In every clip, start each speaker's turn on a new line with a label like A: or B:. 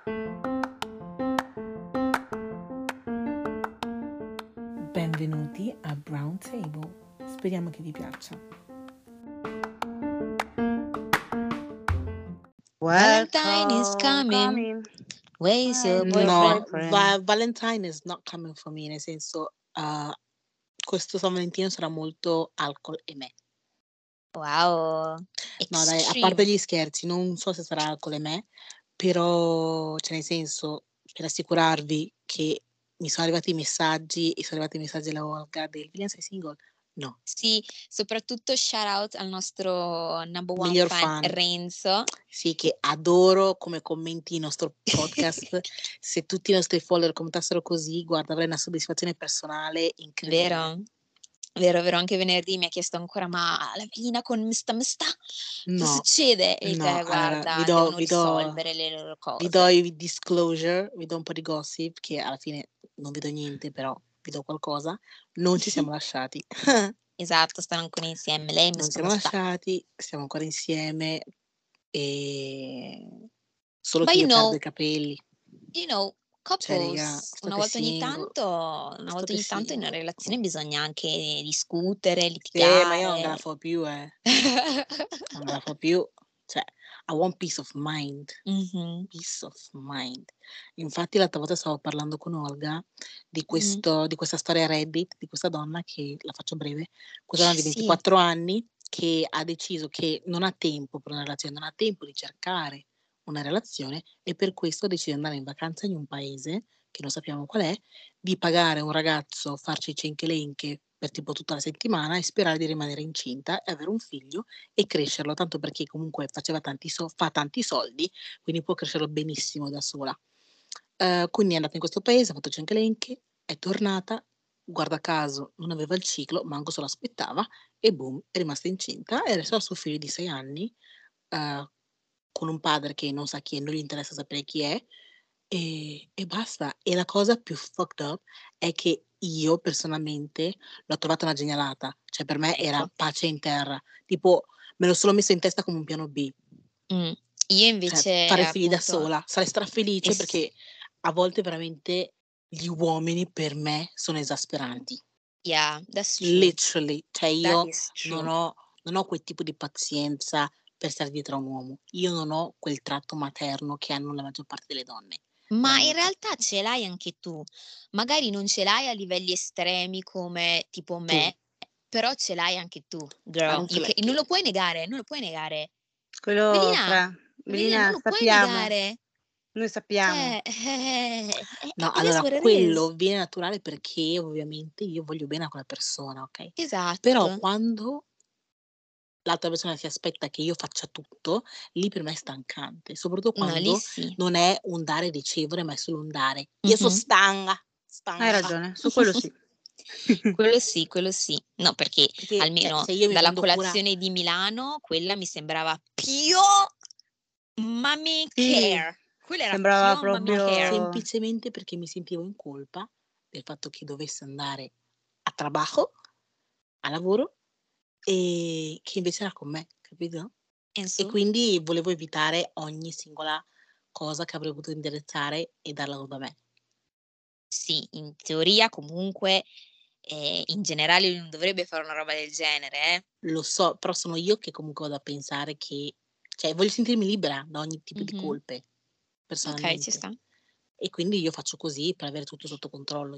A: Benvenuti a Brown Table. Speriamo che vi piaccia.
B: Valentine is coming. Where's your boyfriend?
C: Valentine is not coming for me, nel senso questo San Valentino sarà molto alcol e me.
B: Wow.
C: No dai, a parte gli scherzi, non so se sarà alcol e me, però cioè nel senso, per assicurarvi che mi sono arrivati i messaggi alla Olga del William sei single? No.
B: Sì, soprattutto shout out al nostro number one
C: Miglior
B: fan Renzo.
C: Sì, che adoro come commenti il nostro podcast. Se tutti i nostri follower commentassero così, guarda, avrei una soddisfazione personale incredibile.
B: Vero, anche venerdì mi ha chiesto ancora, ma la velina con mista?
C: No,
B: che succede? E
C: no,
B: guarda,
C: allora,
B: devono risolvere le loro cose.
C: Vi do i disclosure, vi do un po' di gossip, che alla fine non vedo niente, però vi do qualcosa. Non ci siamo lasciati.
B: Esatto, stanno ancora insieme. Lei mi
C: non siamo lasciati, stiamo ancora insieme e solo che io perdo i capelli.
B: Couples,
C: Cioè, raga,
B: una volta ogni tanto in una relazione bisogna anche discutere, litigare.
C: Sì, ma io non la fo più, non la fo più. Cioè, I want peace of mind.
B: Mm-hmm.
C: Peace of mind. Infatti l'altra volta stavo parlando con Olga di questa storia Reddit, di questa donna che, la faccio breve, questa donna di 24 anni che ha deciso che non ha tempo per una relazione, non ha tempo di cercare una relazione e per questo decide di andare in vacanza in un paese che non sappiamo qual è, di pagare un ragazzo, farci cenchelenche per tipo tutta la settimana e sperare di rimanere incinta e avere un figlio e crescerlo, tanto perché comunque fa tanti soldi, quindi può crescerlo benissimo da sola. Quindi è andata in questo paese, ha fatto cenchelenche, è tornata, guarda caso non aveva il ciclo, manco se lo aspettava e boom, è rimasta incinta e adesso ha suo figlio di 6 anni con un padre che non sa chi è, non gli interessa sapere chi è e basta. E la cosa più fucked up è che io personalmente l'ho trovata una genialata, cioè per me era pace in terra, tipo me lo sono messo in testa come un piano B.
B: Io invece
C: cioè, fare figli da sola, sarei strafelice perché a volte veramente gli uomini per me sono esasperanti.
B: Yeah, that's true.
C: Literally, cioè io non ho quel tipo di pazienza per stare dietro a un uomo. Io non ho quel tratto materno che hanno la maggior parte delle donne.
B: Ma veramente. In realtà ce l'hai anche tu. Magari non ce l'hai a livelli estremi come tipo me, però ce l'hai anche tu, girl. Non lo puoi negare,
D: Quello
B: Melina, non lo puoi negare.
D: Noi sappiamo.
C: No, allora quello viene naturale perché ovviamente io voglio bene a quella persona, ok?
B: Esatto.
C: Però quando l'altra persona si aspetta che io faccia tutto, lì per me è stancante, soprattutto quando non è un dare e ricevere, ma è solo un dare. Io sono stanca.
D: Hai ragione, su quello sì.
B: quello sì. No, perché almeno dalla colazione di Milano, quella mi sembrava più mommy care. Quella
D: sembrava
B: era
D: proprio
C: semplicemente perché mi sentivo in colpa del fatto che dovesse andare a trabajo, a lavoro, e che invece era con me, capito? E quindi volevo evitare ogni singola cosa che avrei potuto indirizzare e darla da me.
B: Sì, in teoria comunque in generale lui non dovrebbe fare una roba del genere.
C: Lo so, però sono io che comunque vado a pensare che, cioè voglio sentirmi libera da ogni tipo di colpe, personalmente.
B: Ok, ci sta.
C: E quindi io faccio così per avere tutto sotto controllo,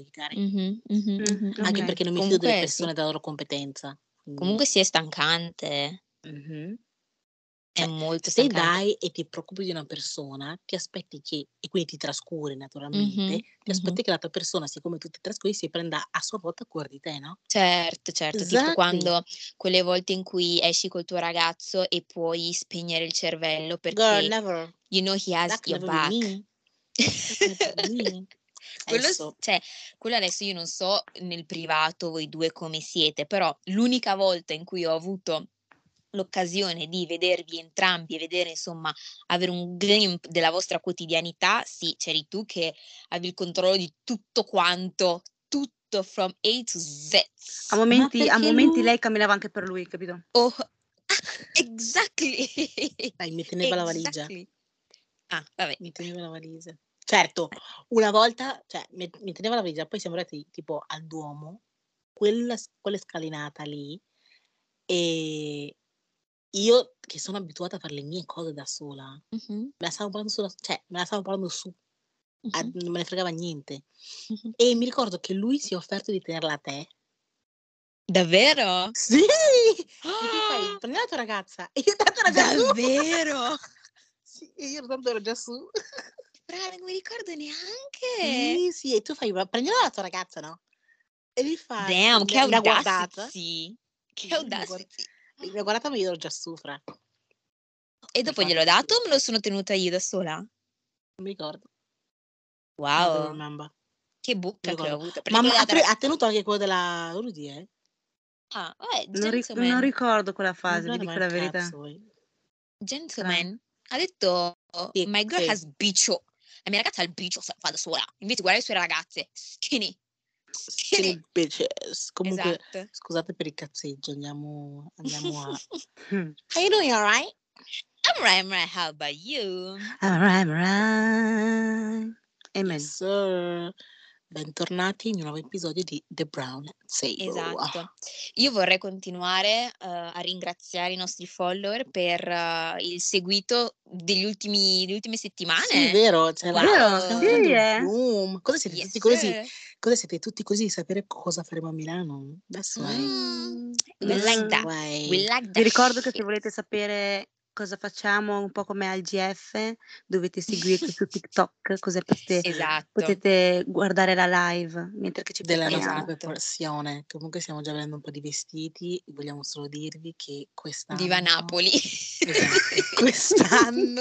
B: Anche
C: perché non mi fido delle persone della loro competenza.
B: Comunque si è stancante. È molto stancante.
C: Se dai e ti preoccupi di una persona, ti aspetti che, e quindi ti trascuri naturalmente, ti aspetti che l'altra persona, siccome tu ti trascuri, si prenda a sua volta cura di te, no?
B: Certo, tipo quando quelle volte in cui esci col tuo ragazzo e puoi spegnere il cervello perché
C: Girl, never.
B: you know he has your back. Quello adesso io non so nel privato voi due come siete, però l'unica volta in cui ho avuto l'occasione di vedervi entrambi e vedere, insomma, avere un glimpse della vostra quotidianità, sì, c'eri tu che avevi il controllo di tutto quanto, tutto from A to Z.
D: A momenti lei camminava anche per lui, capito?
B: Oh, exactly.
C: Dai, mi teneva la valigia.
B: Ah, vabbè.
C: Mi teneva la valigia. Certo, una volta, cioè, mi teneva la valigia, poi siamo andati tipo al Duomo, quella scalinata lì, e io che sono abituata a fare le mie cose da sola, me la stavo parlando su, non me ne fregava niente. E mi ricordo che lui si è offerto di tenerla a te.
B: Davvero?
C: Sì! E ti fai, prendi la tua ragazza. E io tanto ero già su.
B: Davvero?
C: Sì, e io tanto ero già su.
B: Brava, non mi ricordo neanche.
C: Sì, e tu fai, prendi la tua ragazza, no? E mi fa,
B: Damn, che
C: mi ha guardata.
B: audacity. Che
C: Sì,
B: audacity.
C: mi ha guardata, ma io ero già su, fra.
B: E dopo gliel'ho dato o me lo sono tenuta io da sola?
C: Non mi ricordo. I
B: Wow.
C: don't remember.
B: Che bocca che ho avuto.
C: Ma ha tenuto anche quello della Rudy, eh?
B: Ah, vabbè,
D: Non ricordo quella fase, vi
C: Non
D: dico la verità.
C: cazzo,
B: Gentleman ha detto
C: Sì,
B: my girl
C: sì.
B: has bicio. La mia ragazza ha il bicio, se la fa da sola. Invece guarda le sue ragazze, skinny
C: bitches. Comunque,
B: esatto.
C: scusate per il cazzeggio, andiamo a How you doing, alright?
B: I'm right. How about you?
D: I'm right. Amen.
C: Yes, sir. Bentornati in un nuovo episodio di The Brown Table.
B: Esatto. Io vorrei continuare a ringraziare i nostri follower per il seguito delle ultime settimane.
C: Sì, vero, cioè,
D: Vero?
C: stiamo
D: Sì,
C: facendo boom. Cosa siete
B: Yes,
C: tutti così?
B: sir.
C: Cosa siete tutti così di sapere cosa faremo a Milano? That's why.
B: We like that.
C: Why.
B: We like
D: Vi
B: that
D: ricordo che se
B: shit.
D: volete sapere cosa facciamo, un po' come al GF, dovete seguirci su TikTok, così
B: Esatto.
D: potete guardare la live mentre che ci
C: Della nostra
D: prepariamo.
C: preparazione. Comunque stiamo già vedendo un po' di vestiti. Vogliamo solo dirvi che quest'anno
B: Viva Napoli.
C: Esatto.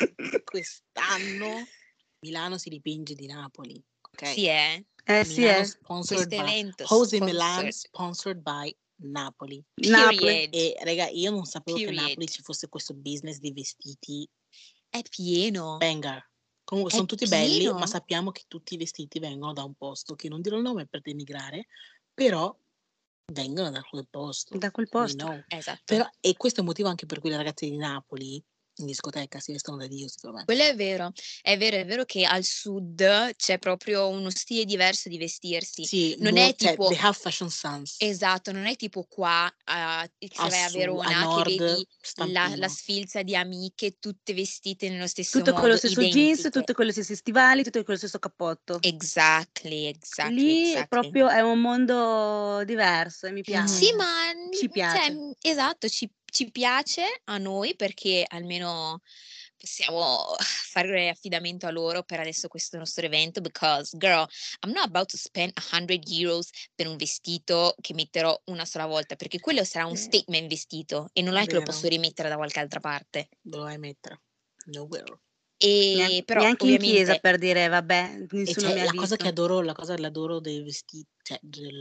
C: Quest'anno Milano si dipinge di Napoli. Okay?
B: Sì,
C: Milano sponsored
B: questo
C: by
B: evento
C: Jose Milan, sponsored by Napoli.
D: Napoli.
C: E raga, io non sapevo che a Napoli ci fosse questo business di vestiti.
B: È pieno.
C: Banger. Comunque
B: È
C: sono tutti
B: pieno.
C: belli, ma sappiamo che tutti i vestiti vengono da un posto che non dirò il nome per denigrare, però vengono da quel posto.
D: Da quel posto.
C: We know.
B: Esatto.
C: Però, e questo è il motivo anche per cui le ragazze di Napoli in discoteca si vestono da Dio, secondo me.
B: Quello è vero che al sud c'è proprio uno stile diverso di vestirsi.
C: Sì,
B: non è tipo
C: they have fashion sense.
B: Esatto, non è tipo qua se vai a Verona
C: nord,
B: che vedi la
C: stampino.
B: sfilza di amiche tutte vestite nello stesso
D: Tutte
B: modo,
D: con lo stesso jeans,
B: identiche.
D: tutte con gli stessi stivali, tutte con lo stesso cappotto.
B: Exactly.
D: Lì proprio è un mondo diverso e mi piace.
B: Sì, ma
D: ci piace.
B: Esatto, ci piace a noi perché almeno possiamo fare affidamento a loro per adesso questo nostro evento, because girl, I'm not about to spend €100 per un vestito che metterò una sola volta, perché quello sarà un statement vestito e non è che lo posso rimettere da qualche altra parte.
C: Lo vai a mettere. No will.
B: E però
D: neanche
B: ovviamente
D: in chiesa, per dire vabbè, nessuno mi ha
C: la
D: visto.
C: cosa che adoro dei vestiti, cioè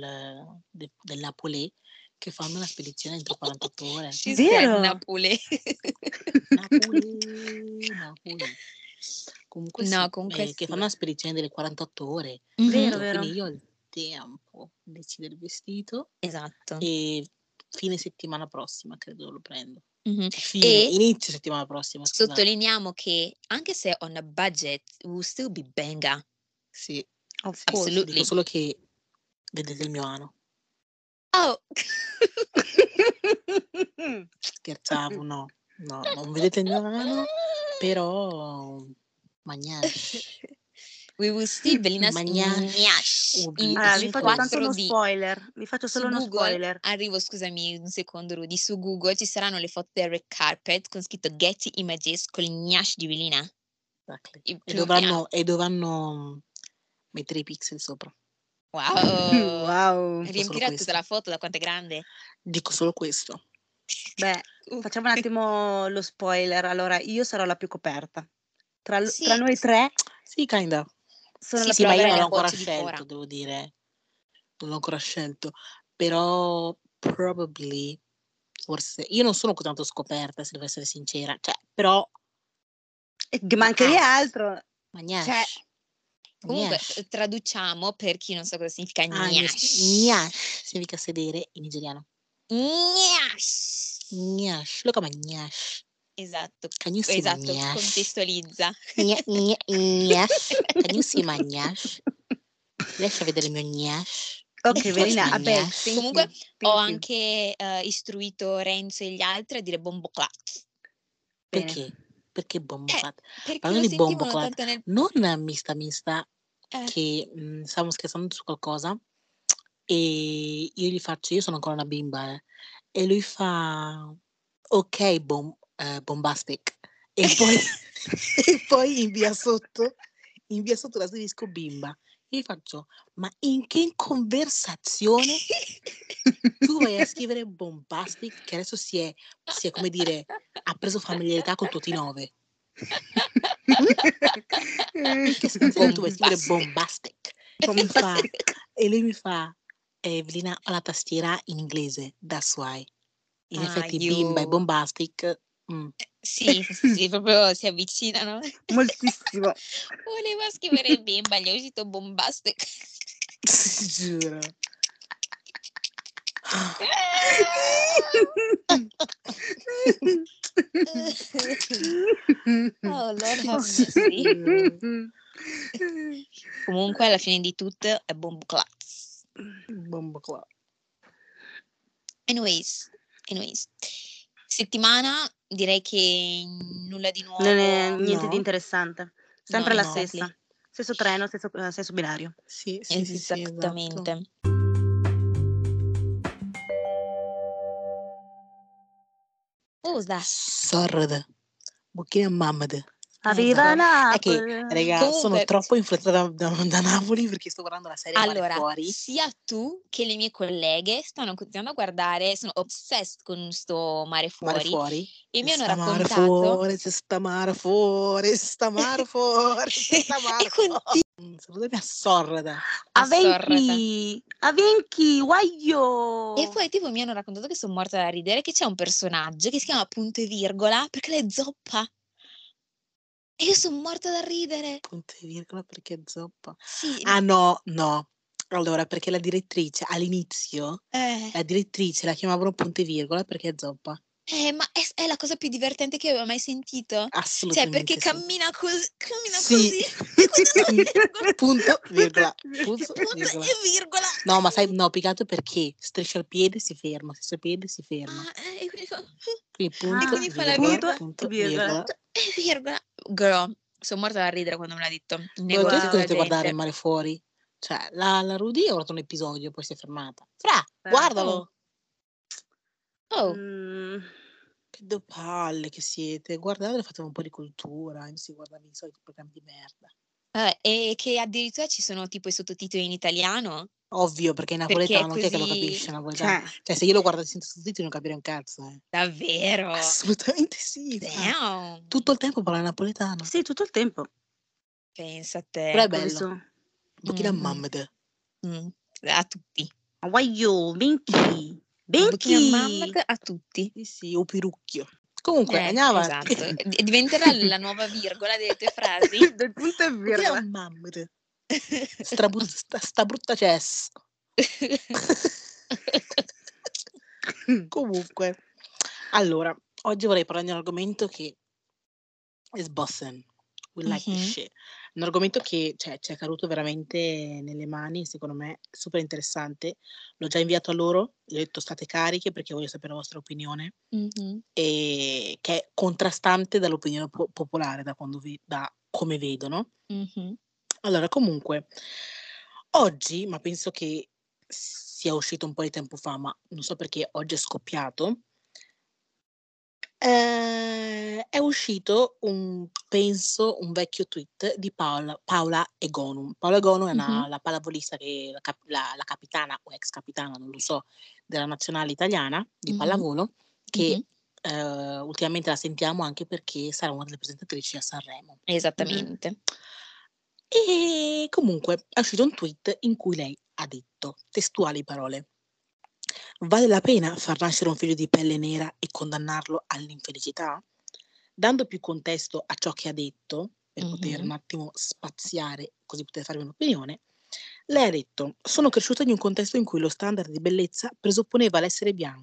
C: del Napoli, che fanno una spedizione entro 48 ore.
D: Vero?
B: Napoli.
C: Comunque
B: No,
C: sì,
B: comunque
C: che
B: sì.
C: fanno una spedizione delle 48 ore.
D: Vero.
C: Quindi io ho il tempo di decidere il vestito.
B: Esatto.
C: E fine settimana prossima credo lo prendo.
B: E
C: inizio settimana prossima.
B: sottolineiamo che anche se on a budget, will still be banger.
C: Sì,
B: absolutely.
C: dico solo che vedete il mio ano.
B: Oh.
C: Scherzavo, no, non vedete il mio ano, però magnash.
B: We will still Belinas
C: Magnash.
D: Allora, vi faccio tanto uno
B: 4D.
D: spoiler. Vi faccio solo
B: Su
D: uno
B: Google,
D: spoiler.
B: arrivo, scusami un secondo Rudy, su Google ci saranno le foto del red carpet con scritto Getty Images con il gnash di Belina.
C: Exactly. E dovranno mettere i pixel sopra.
B: Wow. Riempirà tutta la foto da quanto è grande.
C: Dico solo questo.
D: Beh, facciamo un attimo lo spoiler. Allora, io sarò la più coperta. Tra noi tre.
C: Sì, kinda.
D: Sono
C: Sì, ma io non l'ho ancora
B: di
C: scelto,
B: fora.
C: devo dire. Non l'ho ancora scelto. Però, probably, forse... Io non sono tanto scoperta, se devo essere sincera. Cioè, però...
D: Manca di altro.
C: Magnash.
B: Comunque, traduciamo per chi non sa cosa significa gnash.
C: Gnash significa sedere in nigeriano.
B: Gnash.
C: Gnash. Lo chiama gnash.
B: Esatto,
C: Can you see my
B: esatto,
C: gnash?
B: contestualizza.
C: Gnash? Can you see my gnash? Riesci a vedere il mio gnash?
D: Ok, Verina,
C: Gnash.
D: vabbè,
B: Comunque ho
D: thank you.
B: anche istruito Renzo e gli altri a dire bomboclat.
D: Bene.
C: Perché? Perché bomboclat?
B: Perché
C: Parlando
B: lo
C: di
B: sentivano
C: bomboclat,
B: tanto nel...
C: non mista
B: Eh,
C: che stavamo scherzando su qualcosa e io gli faccio, io sono ancora una bimba, e lui fa ok, bombastic, e poi, e poi invia sotto la disco bimba. Io gli faccio, ma in che conversazione tu vai a scrivere bombastic, che adesso si è come dire, ha preso familiarità col tuo T9. In che situazione tu vuoi scrivere bombastic? E lui mi fa, Evelina, ho la tastiera in inglese, that's why. In effetti bimba e bombastic.
B: Sì, proprio si avvicinano.
D: Moltissimo.
B: Voleva scrivere bimba, gli è uscito bombastic.
C: Ti giuro.
B: Oh Lord have mercy. Comunque alla fine di tutto è bomboclat.
C: Bomboclat.
B: Anyways, settimana direi che nulla di nuovo.
D: Non è niente
C: No.
D: di interessante. Sempre
B: No,
D: la
B: exactly.
D: stessa. Stesso treno, stesso binario.
C: Sì,
B: Esattamente.
C: esatto.
B: Cosa?
C: Sorda. Bocchina Mamad.
D: Aveva
C: È che,
D: Napoli.
C: raga,
B: Comunque-
C: sono troppo influenzata da Napoli perché sto guardando la serie Mare
B: Allora,
C: Fuori.
B: sia tu che le mie colleghe stanno continuando a guardare, sono obsessed con sto Mare Fuori.
C: Mare Fuori.
B: E mi hanno
C: Sta mare
B: raccontato...
C: fuori, c'è sta mare fuori, sta mare fuori, c'è sta mare
B: E continua.
C: Salutami a sorda.
D: Avenchi, guaglio.
B: E poi tipo mi hanno raccontato che sono morta da ridere, che c'è un personaggio che si chiama Punto e Virgola perché lei è zoppa. E io sono morta da ridere.
C: Punto e virgola perché è zoppa.
B: Sì.
C: Ah no. Allora, perché la direttrice all'inizio,
B: Eh,
C: la direttrice la chiamavano punto e virgola perché è zoppa.
B: ma è la cosa più divertente che avevo mai sentito. Cioè,
C: Assolutamente
B: perché
C: sì.
B: cammina così.
C: Sì.
B: E quindi
C: Punto, virgola,
B: punto e virgola.
C: No, ma sai, no, più che altro perché striscia il piede si ferma, striscia il piede si ferma.
B: E quindi fa...
C: Quindi punto,
B: quindi fa la
C: virgola,
B: virgola.
C: punto,
D: virgola.
C: virgola.
B: E virgola. Girl, sono morta da ridere quando me l'ha detto. Il
C: Dove
B: negozio con la
C: dovete guardare
B: gente.
C: Mare Fuori? Cioè, la Rudy ha guardato un episodio, poi si è fermata. Fra, guardalo!
B: Oh.
C: Che due palle che siete. Guardate, fate un po' di cultura, si guardano i soliti programmi di merda.
B: E che addirittura ci sono tipo i sottotitoli in italiano?
C: Ovvio, perché in
B: Perché
C: napoletano, chi è che lo
B: così...
C: capisce in napoletano? Cioè, se io lo guardo senza sottotitoli non capirei un cazzo.
B: Davvero?
C: Assolutamente sì.
B: Damn.
C: Tutto il tempo parla napoletano.
D: Sì, tutto il tempo.
B: Pensa a
C: Però è
B: te.
C: bello. Bocchina Mamad.
B: A tutti.
D: Guaglio,
B: Bocchina Mamad a tutti.
C: Sì, o pirucchio. Comunque, andiamo avanti.
B: Esatto. Diventerà la nuova virgola delle tue frasi.
D: Del punto e virgola.
C: Bocchina Mamad. Sta brutta Cess. Comunque, allora, oggi vorrei parlare di un argomento che è sbossen. We like this shit. Un argomento che ci è caduto veramente nelle mani, secondo me super interessante. L'ho già inviato a loro, gli ho detto state cariche perché voglio sapere la vostra opinione, e che è contrastante dall'opinione popolare, da come vedono. Allora, comunque, oggi, ma penso che sia uscito un po' di tempo fa, ma non so perché oggi è scoppiato, è uscito un vecchio tweet di Paola Egonu. Paola Egonu è la pallavolista che la capitana o ex capitana, non lo so, della nazionale italiana di pallavolo, che ultimamente la sentiamo anche perché sarà una delle presentatrici a Sanremo.
B: Esattamente.
C: E comunque è uscito un tweet in cui lei ha detto, testuali parole: vale la pena far nascere un figlio di pelle nera e condannarlo all'infelicità? Dando più contesto a ciò che ha detto, per poter un attimo spaziare, così potete farvi un'opinione, lei ha detto: sono cresciuta in un contesto in cui lo standard di bellezza presupponeva l'essere bianca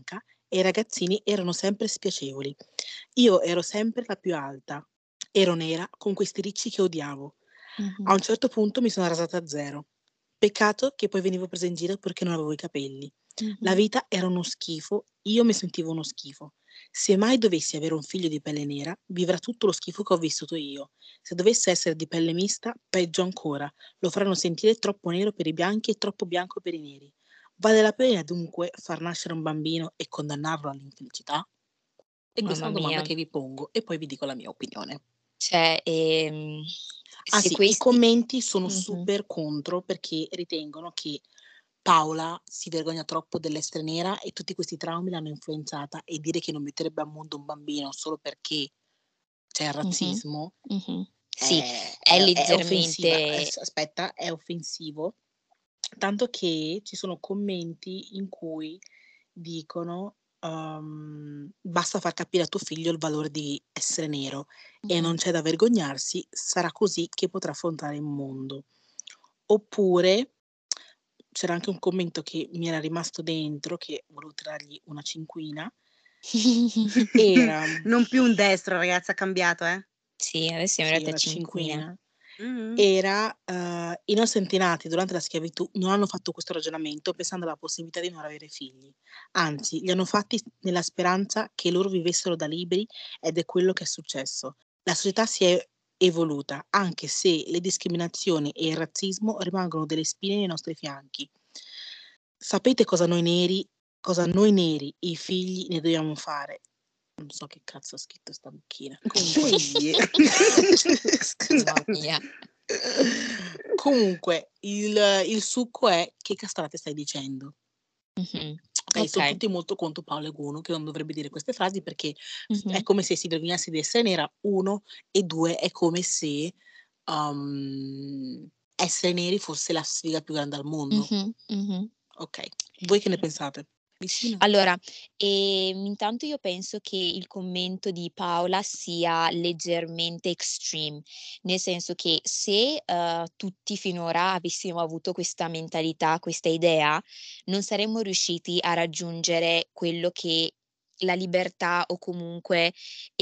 C: e i ragazzini erano sempre spiacevoli. Io ero sempre la più alta, ero nera con questi ricci che odiavo. A un certo punto mi sono rasata a zero. Peccato che poi venivo presa in giro perché non avevo i capelli. La vita era uno schifo, io mi sentivo uno schifo. Se mai dovessi avere un figlio di pelle nera, vivrà tutto lo schifo che ho vissuto io. Se dovesse essere di pelle mista, peggio ancora. Lo faranno sentire troppo nero per i bianchi e troppo bianco per i neri. Vale la pena dunque far nascere un bambino e condannarlo all'infelicità? E questa è
B: Mamma
C: una domanda
B: mia.
C: che vi pongo e poi vi dico la mia opinione.
B: Cioè,
C: Ah
B: se
C: sì, i
B: questi...
C: commenti sono
B: Mhm.
C: super contro perché ritengono che Paola si vergogna troppo dell'essere nera e tutti questi traumi l'hanno influenzata e dire che non metterebbe al mondo un bambino solo perché c'è il
B: Mhm.
C: razzismo
B: Mhm. Sì,
C: è offensiva.
B: leggermente...
C: Aspetta, è offensivo. Tanto che ci sono commenti in cui dicono basta far capire a tuo figlio il valore di essere nero e non
B: Mhm.
C: c'è da vergognarsi, sarà così che potrà affrontare il mondo. Oppure c'era anche un commento che mi era rimasto dentro, che volevo tirargli una cinquina. Era
D: Non più un destro, ragazzi, ha cambiato,
B: Sì, adesso siamo
C: sì,
B: arrivati a
C: una
B: cinquina.
C: cinquina.
D: Mhm.
C: Era i nostri antenati durante la schiavitù non hanno fatto questo ragionamento pensando alla possibilità di non avere figli. Anzi, li hanno fatti nella speranza che loro vivessero da liberi ed è quello che è successo. La società si è evoluta, anche se le discriminazioni e il razzismo rimangono delle spine nei nostri fianchi. Sapete cosa noi neri, i figli, ne dobbiamo fare? Non so che cazzo ha scritto sta bocchina. Comunque,
B: Mamma mia.
C: comunque il succo è: che castrate stai dicendo?
B: Mhm.
C: Ok, sono
B: Ok.
C: tutti molto contro Paolo Eguno, che non dovrebbe dire queste frasi perché è
B: Mhm.
C: come se si vergognasse di essere nera, 1, e 2 è come se essere neri fosse la sfiga più grande al mondo.
B: Mhm. Mhm.
C: Ok, voi che ne pensate? Vicina?
B: Allora, intanto io penso che il commento di Paola sia leggermente extreme, nel senso che se, tutti finora avessimo avuto questa mentalità, questa idea, non saremmo riusciti a raggiungere quello che la libertà o comunque,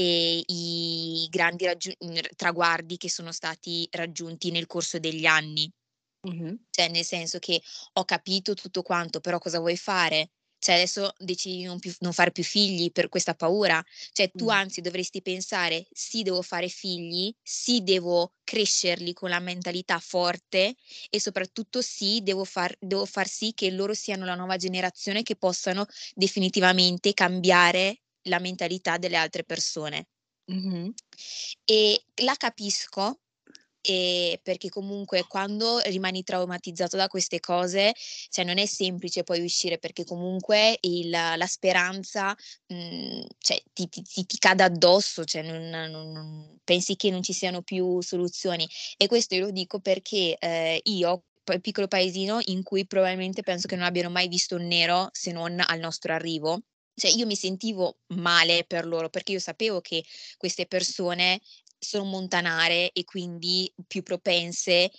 B: i grandi traguardi che sono stati raggiunti nel corso degli anni.
C: Mh-mh.
B: Cioè, nel senso che ho capito tutto quanto, però cosa vuoi fare? Cioè, adesso decidi di non fare più figli per questa paura? Cioè, tu anzi dovresti pensare: "Sì, devo fare figli, sì, devo crescerli con la mentalità forte e soprattutto sì, devo far sì che loro siano la nuova generazione che possano definitivamente cambiare la mentalità delle altre persone".
C: Mh-mh.
B: E la capisco, perché comunque quando rimani traumatizzato da queste cose, cioè non è semplice poi uscire perché comunque la speranza, cioè ti cade addosso, cioè non pensi che non ci siano più soluzioni. E questo io lo dico perché, io piccolo paesino in cui probabilmente penso che non abbiano mai visto un nero se non al nostro arrivo, cioè io mi sentivo male per loro, perché io sapevo che queste persone sono montanare e quindi più propense,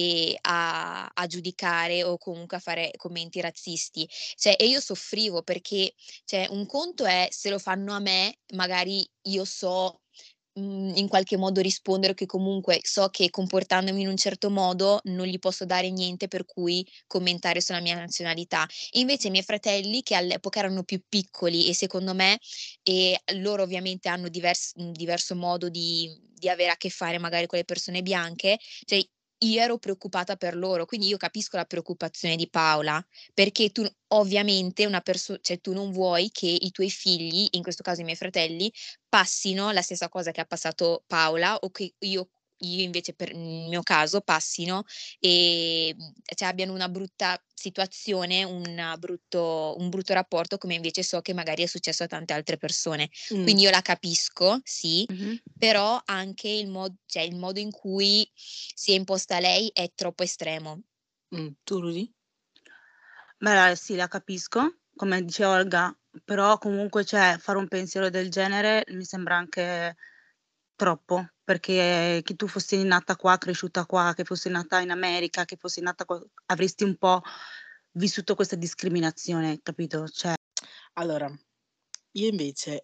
B: a giudicare o comunque a fare commenti razzisti. Cioè, e io soffrivo perché, cioè, un conto è se lo fanno a me, magari io so, in qualche modo rispondere, o che comunque so che comportandomi in un certo modo non gli posso dare niente per cui commentare sulla mia nazionalità. Invece i miei fratelli, che all'epoca erano più piccoli e secondo me loro ovviamente hanno diverso modo di avere a che fare magari con le persone bianche, cioè io ero preoccupata per loro, quindi io capisco la preoccupazione di Paola, perché tu ovviamente cioè tu non vuoi che i tuoi figli, in questo caso i miei fratelli, passino la stessa cosa che ha passato Paola o che io invece nel mio caso passino, cioè abbiano una brutta situazione, un brutto rapporto come invece so che magari è successo a tante altre persone.
C: Mh.
B: Quindi io la capisco, sì,
D: Mh-mh.
B: però anche il modo in cui si è imposta lei è troppo estremo.
C: Tu Rudy?
D: Beh, sì, la capisco, come dice Olga, però comunque, cioè, fare un pensiero del genere mi sembra anche troppo, perché che tu fossi nata qua, cresciuta qua, che fossi nata in America, che fossi nata qua, avresti un po' vissuto questa discriminazione, capito? Cioè
C: Allora, Io invece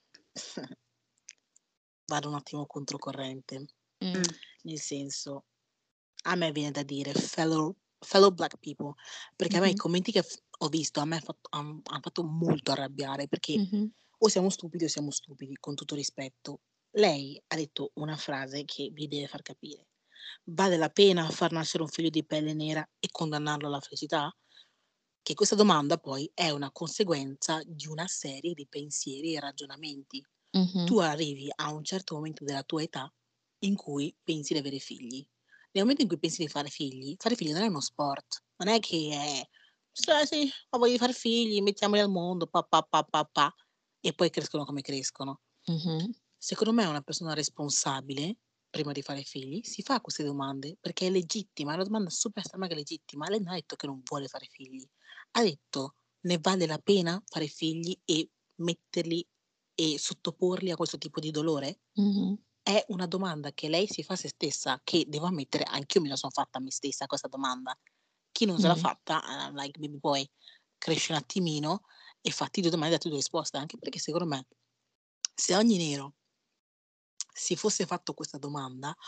C: vado un attimo controcorrente,
B: Mm.
C: nel senso, a me viene da dire fellow black people, perché a me i
B: Mhm.
C: commenti che ho visto han fatto molto arrabbiare, perché
B: Mhm.
C: o siamo stupidi, con tutto rispetto. Lei ha detto una frase che vi deve far capire: vale la pena far nascere un figlio di pelle nera e condannarlo alla felicità? Che questa domanda poi è una conseguenza di una serie di pensieri e ragionamenti.
B: Mhm.
C: Tu arrivi a un certo momento della tua età in cui pensi di avere figli. Nel momento in cui pensi di fare figli non è uno sport, non è che è sì, ho voglia di fare figli, mettiamoli al mondo, pa, pa, pa, pa, pa", e poi crescono come crescono.
B: Mhm.
C: Secondo me una persona responsabile, prima di fare figli, si fa queste domande perché è legittima, è una domanda super mega legittima. Lei non ha detto che non vuole fare figli, ha detto ne vale la pena fare figli e metterli e sottoporli a questo tipo di dolore?
B: Mhm.
C: È una domanda che lei si fa a se stessa, che devo ammettere, anch'io me la sono fatta a me stessa questa domanda. Chi non se l'ha
B: Mm.
C: fatta, like baby boy, cresci un attimino e fatti 2 domande e datti 2 risposte, anche perché secondo me se ogni nero si fosse fatto questa domanda,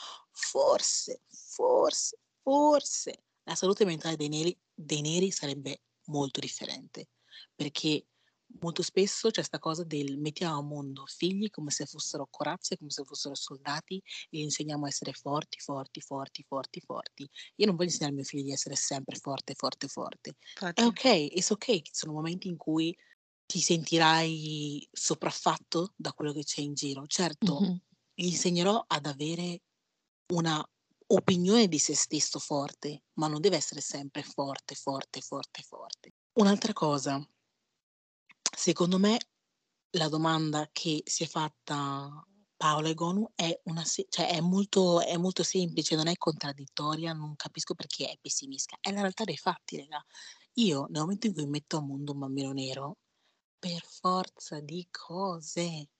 C: forse la salute mentale dei neri sarebbe molto differente, perché molto spesso c'è 'sta cosa del mettiamo al mondo figli come se fossero corazze, come se fossero soldati e gli insegniamo a essere forti, forti, forti, forti, forti. Io non voglio insegnare a mio figlio di essere sempre forte, forte, forte. È
D: Infatti.
C: okay, it's okay, ci sono momenti in cui ti sentirai sopraffatto da quello che c'è in giro. Certo,
B: Mhm.
C: gli insegnerò ad avere una opinione di se stesso forte, ma non deve essere sempre forte, forte, forte, forte. Un'altra cosa, secondo me la domanda che si è fatta Paola Egonu è cioè è molto semplice, non è contraddittoria, non capisco perché è pessimista. È la realtà dei fatti, raga. Io nel momento in cui metto al mondo un bambino nero, per forza di cose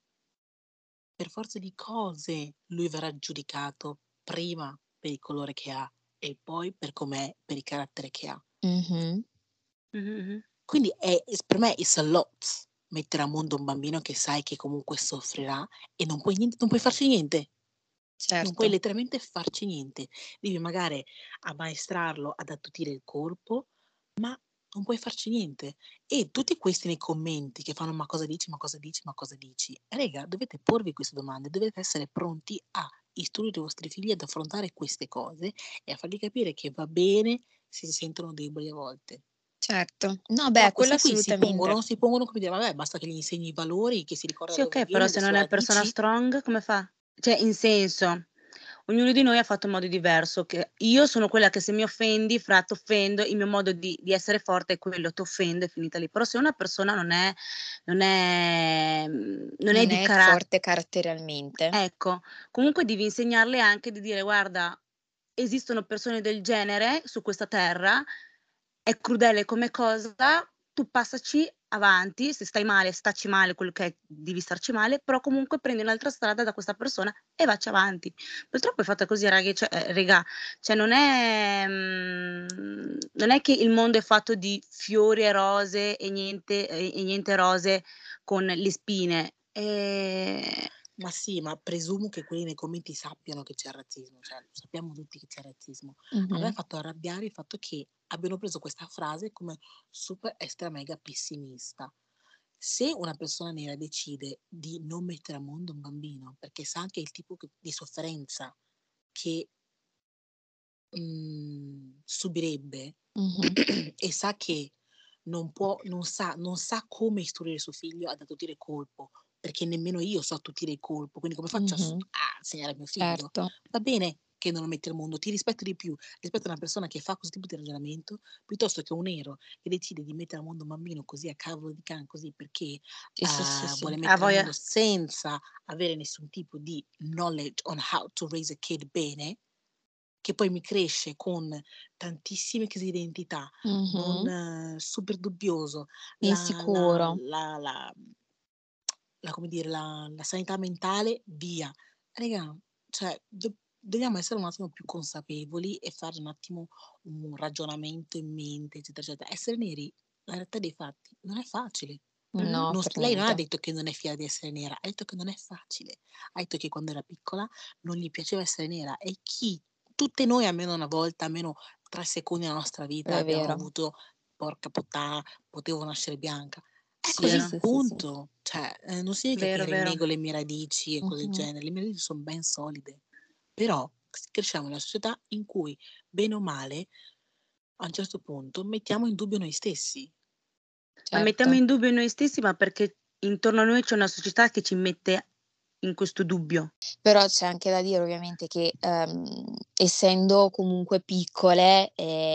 C: lui verrà giudicato prima per il colore che ha e poi per com'è, per il carattere che ha.
B: Mhm.
D: Mh-mh.
C: Quindi per me it's a lot mettere al mondo un bambino che sai che comunque soffrirà e non puoi farci niente. Non puoi
B: Certo.
C: letteralmente farci niente. Devi magari ammaestrarlo ad attutire il colpo, ma non puoi farci niente. E tutti questi nei commenti che fanno: "Ma cosa dici, ma cosa dici, ma cosa dici?" Raga, dovete porvi queste domande, dovete essere pronti a istruire i vostri figli ad affrontare queste cose e a fargli capire che va bene se si sentono deboli a volte.
B: Certo. No,
C: Però
B: beh, quello
C: questi qui
B: assolutamente.
C: si pongono come dire: "Vabbè, basta che gli insegni i valori, che si ricorda
D: Sì,
C: da dove
D: okay, però
C: viene,
D: se
C: adesso
D: non è
C: la
D: persona
C: dici".
D: strong come fa? Cioè, in senso, ognuno di noi ha fatto in modo diverso, che io sono quella che se mi offendi, t'offendo, il mio modo di essere forte è quello, t'offendo, è finita lì. Però se una persona non è
B: Non
D: di
B: è
D: cara
B: forte caratterialmente.
D: ecco, comunque devi insegnarle anche di dire: "Guarda, esistono persone del genere su questa terra, è crudele come cosa, tu passaci avanti, se stai male, staci male, quello che è, devi starci male, però comunque prendi un'altra strada da questa persona e vacci avanti". Purtroppo è fatta così regà, cioè non è che il mondo è fatto di fiori e rose e niente rose con le spine.
C: Ma sì, ma presumo che quelli nei commenti sappiano che c'è razzismo, cioè lo sappiamo tutti che c'è razzismo. A me ha
B: Mh-mh.
C: fatto arrabbiare il fatto che abbiano preso questa frase come super extra mega pessimista. Se una persona nera decide di non mettere al mondo un bambino perché sa anche il tipo di sofferenza che subirebbe
B: Mh-mh.
C: e sa che non sa come istruire suo figlio ad attutire il colpo, perché nemmeno io so attutire il colpo, quindi come faccio
B: Mh-mh.
C: a insegnare a mio figlio?
B: Certo.
C: Va bene che non lo metti al mondo, ti rispetto di più rispetto a una persona che fa questo tipo di ragionamento, piuttosto che un nero che decide di mettere al mondo un bambino così a cavolo di can, così perché,
B: Sì, sì, sì, sì.
C: vuole
D: Ha
C: mettere al
D: voglia
C: mondo senza avere nessun tipo di knowledge on how to raise a kid bene, che poi mi cresce con tantissime crisi di identità,
B: Mh-mh.
C: super dubbioso,
B: Insicuro.
C: come dire, la sanità mentale, via. Raga, cioè dobbiamo essere un attimo più consapevoli e fare un attimo un ragionamento in mente, eccetera, eccetera. Essere neri, la realtà dei fatti, non è facile.
B: No, per
C: Lei non ha
B: niente.
C: detto che non è fiera di essere nera, ha detto che non è facile. Ha detto che quando era piccola non gli piaceva essere nera e tutte noi almeno una volta, almeno 3 secondi nella nostra vita
B: È
C: abbiamo
B: vero.
C: avuto: "Porca puttana, potevo nascere bianca". È
B: Sì,
C: così,
B: sì, sì, sì.
C: punto. Cioè, non significa che
D: Vero, vero.
C: rinnego le mie radici e cose del
B: Mh-mh.
C: genere, le mie radici son ben solide. Però cresciamo in una società in cui, bene o male, a un certo punto mettiamo in dubbio noi stessi.
D: Ma mettiamo
B: Certo.
D: in dubbio noi stessi, ma perché intorno a noi c'è una società che ci mette in questo dubbio.
B: Però c'è anche da dire ovviamente che, essendo comunque piccole,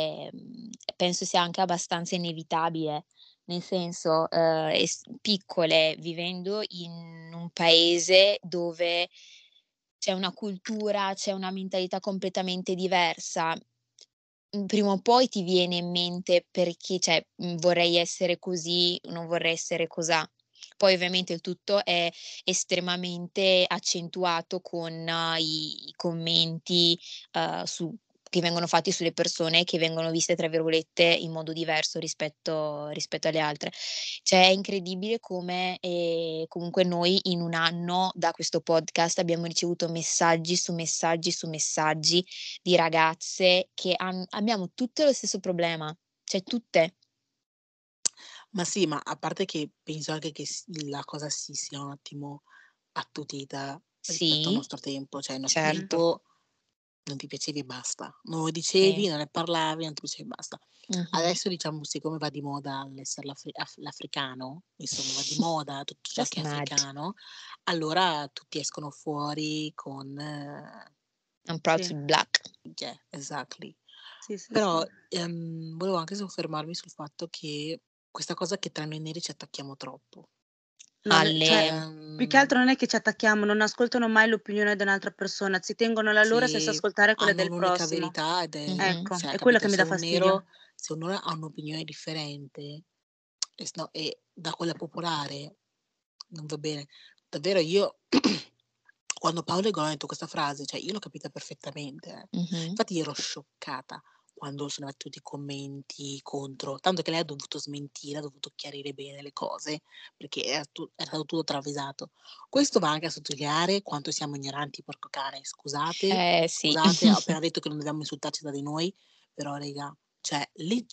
B: penso sia anche abbastanza inevitabile. Nel senso, piccole, vivendo in un paese dove c'è una cultura, c'è una mentalità completamente diversa, prima o poi ti viene in mente perché cioè, vorrei essere così, non vorrei essere cosà. Poi ovviamente il tutto è estremamente accentuato con i commenti, su che vengono fatti sulle persone che vengono viste, tra virgolette, "in modo diverso" rispetto alle altre. Cioè è incredibile come, comunque noi in 1 anno da questo podcast abbiamo ricevuto messaggi su messaggi su messaggi di ragazze che abbiamo tutte lo stesso problema, cioè tutte.
C: Ma sì, ma a parte che penso anche che la cosa si sia un attimo attutita rispetto al
B: Sì,
C: nostro tempo, cioè il nostro
D: Mh-mh.
B: certo,
C: tempo non ti piacevi e basta. Non lo
B: sì.
C: dicevi, non ne parlavi, non ti piacevi e basta.
B: Mh-mh.
C: Adesso diciamo siccome va di moda l'essere l'africano, insomma va di moda tutto ciò
B: That's
C: che è
B: mad.
C: africano, allora tutti escono fuori con
B: I'm proud
D: Sì,
B: to be black.
C: yeah, exactly.
D: sì, sì, sì.
C: Però, volevo anche soffermarmi sul fatto che questa cosa che tra noi neri ci attacchiamo troppo.
D: No, cioè,
B: Alle
D: più che altro non è che ci attacchiamo, non ascoltano mai l'opinione di un'altra persona, si tengono alla loro senza
C: Che
D: ascoltare quelle
C: hanno
D: del
C: un'unica
D: prossimo.
C: verità ed è
B: mh-mh.
D: Ecco,
C: cioè
D: è quello
C: capito,
D: che mi dà fastidio.
C: se un nero ha un'opinione differente e da quella popolare non va bene. Davvero io quando Paolo e Gola hanno detto questa frase, cioè io l'ho capita perfettamente.
B: Mh-mh.
C: Infatti io ero scioccata quando sono arrivati tutti i commenti contro, tanto che lei ha dovuto smentire, ha dovuto chiarire bene le cose, perché era stato tutto travisato. Questo va anche a sottolineare quanto siamo ignoranti, porco cane.
B: Sì.
C: Scusate, ho appena detto che non dobbiamo insultarci tra di noi, però raga, cioè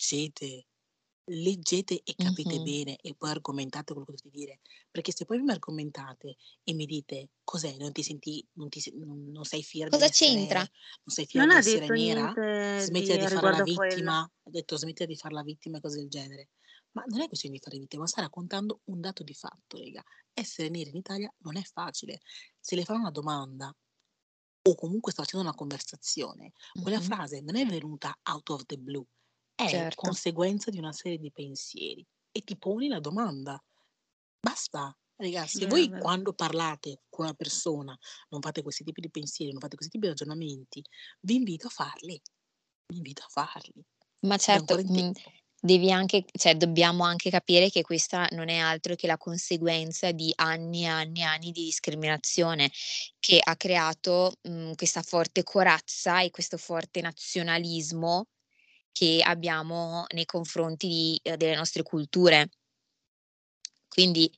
C: leggete e capite
B: Mh-mh.
C: bene e poi argomentate quello che dovete dire, perché se poi mi argomentate e mi dite: "Cos'è, non sei fiera
B: Cosa c'entra?
C: non sei fiera
D: Non
C: di
D: ha
C: essere
D: detto
C: nera?
D: niente
C: Smettila
D: di
C: di fare la
D: riguardo a quello.
C: vittima." Ha detto: "Smettila di far la vittima" e cose del genere. Ma non è questione di fare vittima, sta raccontando un dato di fatto, raga. Essere neri in Italia non è facile. Se le fanno una domanda o comunque sta facendo una conversazione, quella
B: Mh-mh.
C: frase non è venuta out of the blue, è
B: Certo.
C: conseguenza di una serie di pensieri e ti poni la domanda. Basta. Raga, se
D: Vero,
C: voi
D: vero.
C: quando parlate con una persona non fate questi tipi di pensieri, non fate questi tipi di ragionamenti, vi invito a farli. Vi invito a farli.
B: Ma
C: Siete
B: certo,
C: ancora in tempo.
B: devi anche cioè dobbiamo anche capire che questa non è altro che la conseguenza di anni e anni e anni di discriminazione, che ha creato, questa forte corazza e questo forte nazionalismo che abbiamo nei confronti delle nostre culture. Quindi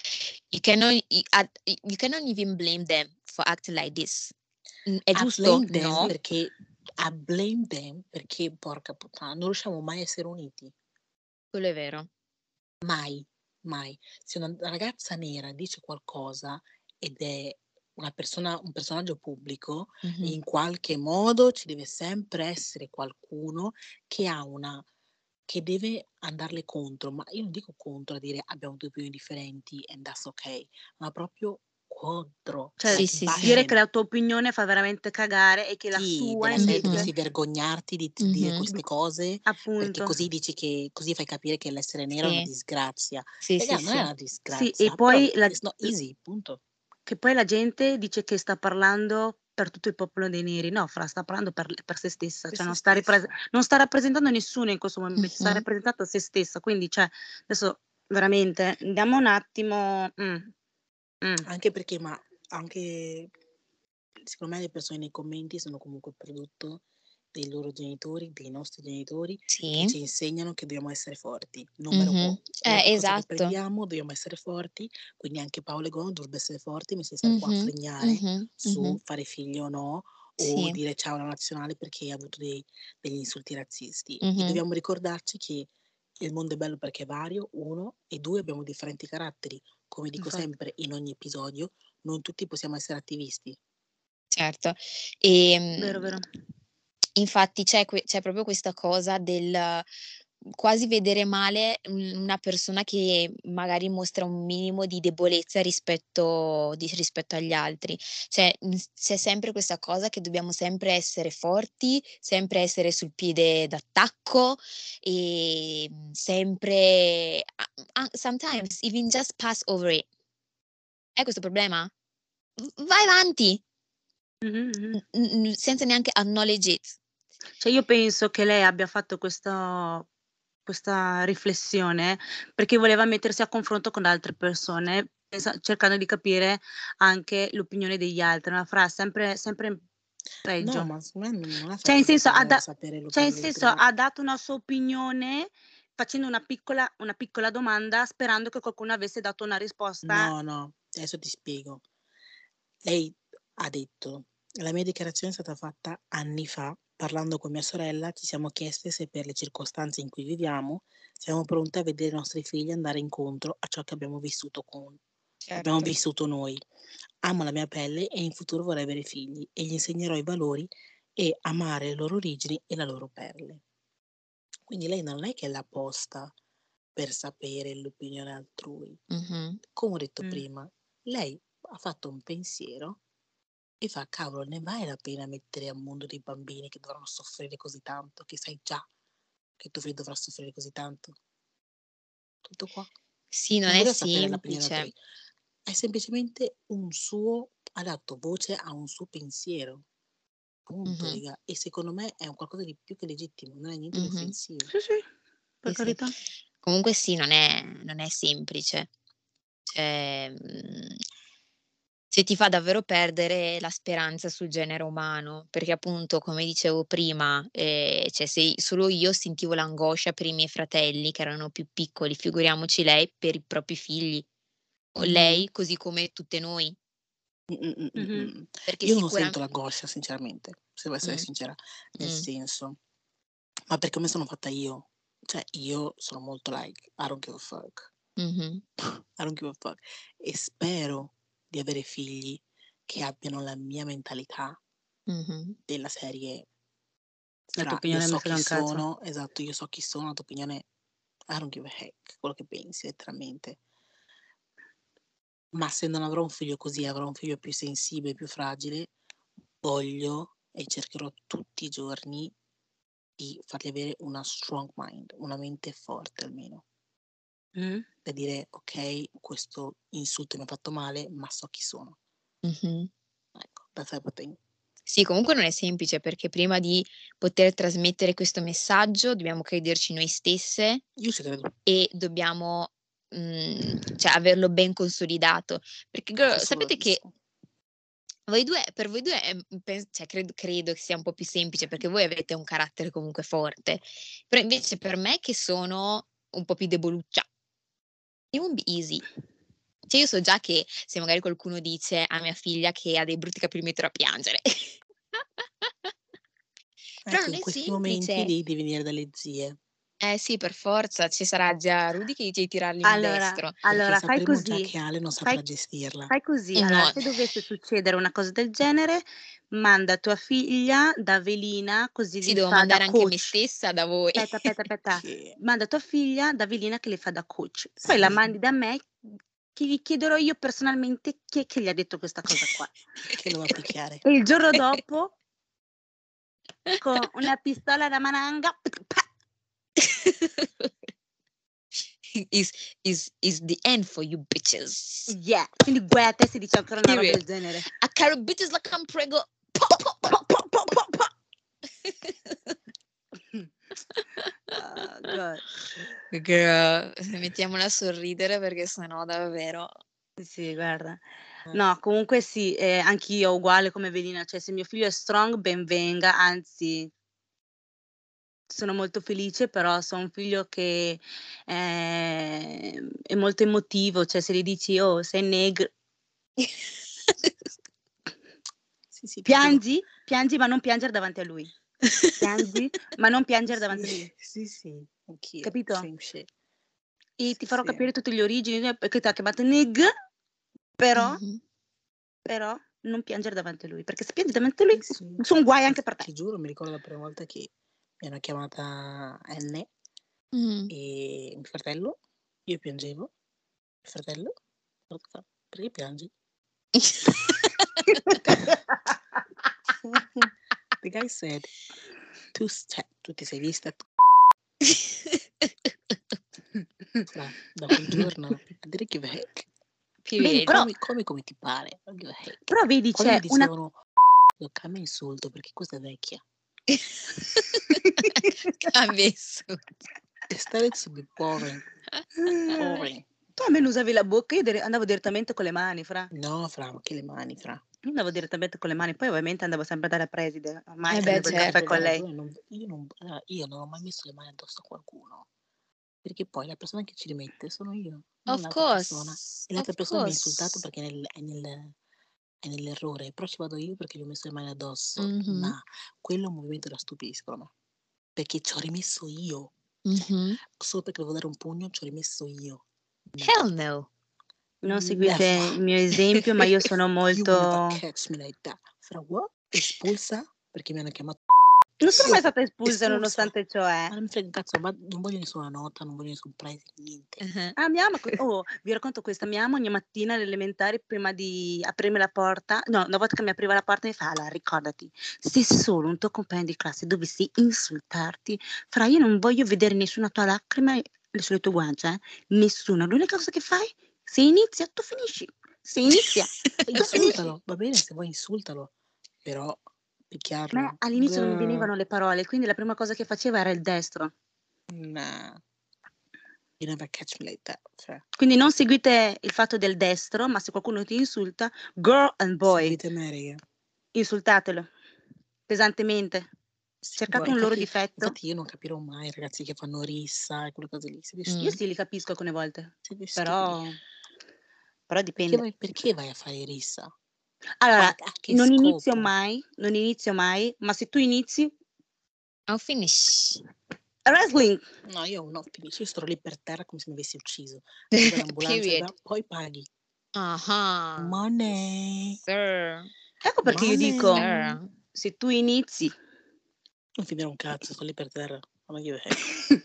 B: you cannot even blame them for acting like this. È giusto? No,
C: I blame them perché, porca puttana, non riusciamo mai a essere uniti.
B: quello è vero.
C: Mai, mai. Se una ragazza nera dice qualcosa ed è un personaggio pubblico,
B: Mh-mh.
C: in qualche modo ci deve sempre essere qualcuno che ha una che deve andarle contro, ma io non dico contro a dire abbiamo 2 opinioni differenti and that's okay, ma proprio contro,
D: Cioè,
B: Sì,
C: like
B: sì, sì.
D: dire che
C: bashing.
D: la tua opinione fa veramente cagare e che la
C: Sì,
D: sua
C: della serie
B: Mh-mh.
C: dovresti
D: invece
C: vergognarti di dire
B: Mh-mh.
C: queste
D: di
C: cose, perché
D: appunto.
C: così dici che così fai capire che l'essere nera è una
B: Sì.
C: disgrazia.
B: Sì, sì,
C: Raga, non è
B: sì.
C: una
D: Sì, e
C: disgrazia, però
D: poi
C: it's not easy, punto.
D: che poi la gente dice che sta parlando per tutto il popolo dei neri. No, sta parlando per se stessa,
C: Per
D: cioè
C: se stessa.
D: non sta rappresentando nessuno in questo momento, sta
B: Mh-mh.
D: rappresentando se stessa. Quindi, cioè, adesso veramente andiamo un attimo
C: Anche perché anche secondo me le persone nei commenti sono comunque il prodotto dei loro genitori, dei nostri genitori, che
B: Sì.
C: ci insegnano che dobbiamo essere forti, no matter what.
B: Mh-mh.
C: Qualunque cosa che
B: Esatto.
C: prendiamo dobbiamo essere forti, quindi anche Paolo e Gon dovrebbe essere forti, invece di stare qua a
B: Mh-mh.
C: fregnare
B: Mh-mh.
C: su
B: Mh-mh.
C: fare figli o no, o
B: Sì.
C: dire ciao alla nazionale perché ha avuto degli insulti razzisti. E
B: Mh-mh.
C: dobbiamo ricordarci che il mondo è bello perché è vario, 1, e 2 abbiamo differenti caratteri. Come dico
D: Infatti.
C: sempre in ogni episodio, non tutti possiamo essere attivisti.
B: Certo.
D: Vero, vero.
B: Infatti c'è proprio questa cosa del quasi vedere male una persona che magari mostra un minimo di debolezza rispetto agli altri. Cioè, c'è sempre questa cosa che dobbiamo sempre essere forti, sempre essere sul piede d'attacco, sempre sometimes even just pass over it. È questo problema? Vai avanti,
D: Mh-mh, mh.
B: senza neanche acknowledge it.
D: Cioè io penso che lei abbia fatto questa riflessione perché voleva mettersi a confronto con altre persone, cercando di capire anche l'opinione degli altri, no, sempre
C: No,
D: peggio.
C: ma secondo me non ha
D: Cioè in
C: fatto
D: senso
C: perché voleva sapere
D: cioè in
C: l'opinione
D: senso
C: delle
D: ha dato una sua opinione facendo una piccola domanda sperando che qualcuno avesse dato una risposta.
C: No, adesso ti spiego. Lei ha detto: "La mia dichiarazione è stata fatta anni fa, parlando con mia sorella ci siamo chieste se per le circostanze in cui viviamo, siamo pronte a vedere i nostri figli andare incontro a ciò che abbiamo
B: Certo.
C: vissuto noi. Amo la mia pelle e in futuro vorrei avere figli e gli insegnerò i valori e amare le loro origini e la loro pelle". Quindi lei non è che l'ha posta per sapere l'opinione altrui.
B: Mh-mh.
C: Come ho detto
D: Mh.
C: prima, lei ha fatto un pensiero e fa: "Cavolo, ne vale la pena mettere al mondo dei bambini che dovranno soffrire così tanto, che sai già che tuo figlio dovrà soffrire così tanto?" Tutto qua.
B: Sì, non
C: Non
B: è
C: voleva sapere l'opinione
B: semplice.
C: altrui. È semplicemente ha dato voce a un suo pensiero. Punto,
B: Mh-mh.
C: raga. E secondo me è un qualcosa di più che legittimo, non è niente di
B: Mh-mh.
C: offensivo.
D: Sì, sì, per
B: Sì, sì.
D: carità.
B: Comunque sì, non è semplice. Cioè, cioè ti fa davvero perdere la speranza sul genere umano, perché appunto, come dicevo prima, cioè se solo io sentivo l'angoscia per i miei fratelli che erano più piccoli, figuriamoci lei per i propri figli, o
C: Mh-mh.
B: lei così come tutte noi,
D: Mh-mh.
B: perché
C: Io non
B: sicura
C: sento l'angoscia sinceramente, se devo essere
B: mh,
C: sincera, nel
B: mh,
C: senso, ma per come sono fatta io. Cioè io sono molto like, I don't give a fuck.
B: mh-mh,
C: I don't give a fuck. E spero di avere figli che abbiano la mia mentalità
B: mh-mh.
C: della serie
D: La tua
C: fra io
D: opinione me
C: so
D: frega
C: chi
D: un cazzo.
C: sono, esatto, io so chi sono, la tua opinione I don't give a heck, quello che pensi letteralmente. Ma se non avrò un figlio così, avrò un figlio più sensibile, più fragile, voglio e cercherò tutti i giorni di fargli avere una strong mind, una mente forte almeno,
D: Mh.
C: da dire: "Okay, questo insulto mi ha fatto male, ma so chi sono."
B: Mh-mh.
C: Ecco, that type of thing.
B: Sì, comunque non è semplice perché prima di poter trasmettere questo messaggio dobbiamo crederci noi stesse
C: Io ci credo,
B: e dobbiamo, cioè averlo ben consolidato. Perché girl, sapete che
C: assolutissimo.
B: per voi 2 è cioè credo che sia un po' più semplice perché voi avete un carattere comunque forte, però invece per me che sono un po' più deboluccia, it won't be easy. Cioè io so già che se magari qualcuno dice a mia figlia che ha dei brutti capelli mi metterò a piangere. Però
C: Ecco,
B: non
C: in
B: è
C: questi momenti
B: semplice.
C: lì devi venire dalle zie,
B: Eh sì, per forza, ci sarà già Rudy che dice di tirargli un
D: Allora
B: destro.
C: perché
D: fai
C: sapremo già
D: così,
C: che Ale non
D: fai
C: saprà gestirla.
D: fai così. Allora,
B: No,
D: se dovesse succedere una cosa del genere, manda tua figlia da velina, così
B: sì,
D: li
B: devo
D: fa da
B: mandare anche me
D: coach.
B: stessa da voi.
D: Aspetta.
C: Che
D: Manda tua figlia da velina che le fa da coach. Poi la
C: sì,
D: mandi da me, che gli chiederò io personalmente chi è che gli ha detto questa cosa qua.
C: che lo va a picchiare.
D: E il giorno dopo, con una pistola da mananga,
B: Is is the end for you bitches.
D: yeah. Quindi guai a te se dici ancora una roba
B: Period.
D: del genere.
B: I carry bitches like I'm prego.
D: Po. God.
B: Girl, mettiamola a sorridere perché sennò davvero
D: Sì, guarda.
C: Eh,
D: No, comunque sì, anch'io uguale come Velina, cioè se mio figlio è strong ben venga, anzi sono molto felice, però so un figlio che è molto emotivo, cioè se gli dici: "Oh, sei negro",
C: Sì,
D: piangi, ma non piangere davanti a lui. Piangi, ma non piangere davanti a
C: Sì,
D: lui,
C: sì, anch'io,
D: capito?
C: same shit.
D: E ti farò
C: Sì.
D: capire tutte le origini, perché t'ha chiamato neg, però non piangere davanti a lui, perché se piangi davanti a lui
C: Sì.
D: son guai anche per te.
C: Ti giuro, mi ricordo la prima volta che mi hanno chiamata N e mio fratello, io piangevo, mio fratello, guarda qua, perché piangi? The guy said, tu ti sei vista fra, da quel giorno, I didn't give a heck.
D: Vedi, però
C: Come ti pare, I don't give a heck.
D: però vedi
C: Quando mi
D: c'è una
C: dicevano, lo cambia insulto perché questa è vecchia.
B: Cambia insulto.
C: They started to be boring.
D: Tu almeno usavi la bocca, io andavo direttamente con le mani, fra.
C: No, fra, ma che le mani, fra.
D: Io andavo direttamente con le mani, poi ovviamente andavo sempre dalla preside, ormai
B: beh,
D: prendevo il caffè
B: certo.
D: con lei.
C: Io non ho mai messo le mani addosso a qualcuno, perché poi la persona che ci rimette sono io, non
B: Of
C: l'altra persona.
B: course,
C: E l'altra
B: of
C: persona mi ha insultato
B: course.
C: perché è nell'errore, però ci vado io perché gli ho messo le mani addosso.
B: Mhm,
C: Ma quello è un movimento da stupidi, secondo me, perché ci ho rimesso io.
B: mhm.
C: Solo perché devo dare un pugno ci ho rimesso io.
B: Hell no.
D: Non seguite
C: Never.
D: il mio esempio, ma io sono
C: You will never
D: molto...
C: catch me like that. Fra what? Espulsa perché mi hanno chiamato.
D: Non sono mai stata espulsa
C: Espulsa.
D: nonostante ciò,
C: Ma non mi frega un cazzo, ma non voglio nessuna nota, non voglio nessun prize, niente.
B: Mhm.
D: Mia mamma, vi racconto questa, mia mamma ogni mattina alle elementari prima di aprirmi la porta, no, una volta che mi apriva la porta mi fa: "Ala, ricordati, se solo un tuo compagno di classe dovessi insultarti, fra io non voglio vedere nessuna tua lacrima sulle tue guance, nessuna. L'unica cosa che fai, se inizia, tu finisci. Se inizia, tu finisci."
C: Insultalo, va bene se vuoi insultalo, però
D: A me
C: picchiarlo.
D: all'inizio non mi venivano le parole, quindi la prima cosa che faceva era il destro.
C: Nah, you never catch me like that. Fra.
D: Quindi non seguite il fatto del destro, ma se qualcuno ti insulta, girl and boy,
C: Seguite me, raga.
D: insultatelo pesantemente.
C: Sì,
D: Cercate un loro difetto.
C: Infatti io non capirò mai i ragazzi che fanno rissa e quelle cose lì. Siete
D: Io
C: stupidi.
D: sì li capisco alcune volte,
C: Siete stupidi.
D: però dipende.
C: Perché vai a fare rissa?
D: Allora,
C: A che
D: non inizio
C: scopo?
D: mai, ma se tu inizi,
B: I'll finish.
D: wrestling.
C: No, io non finisco, io sto lì per terra come se mi avessi ucciso. Arriva l'ambulanza,
B: Period.
C: poi paghi.
B: Uh-huh.
C: Money.
B: Sir.
D: Ecco perché io
C: Money.
D: dico,
B: Sir.
D: se tu inizi,
C: Non finirò un cazzo, sto lì per terra. I don't give a heck.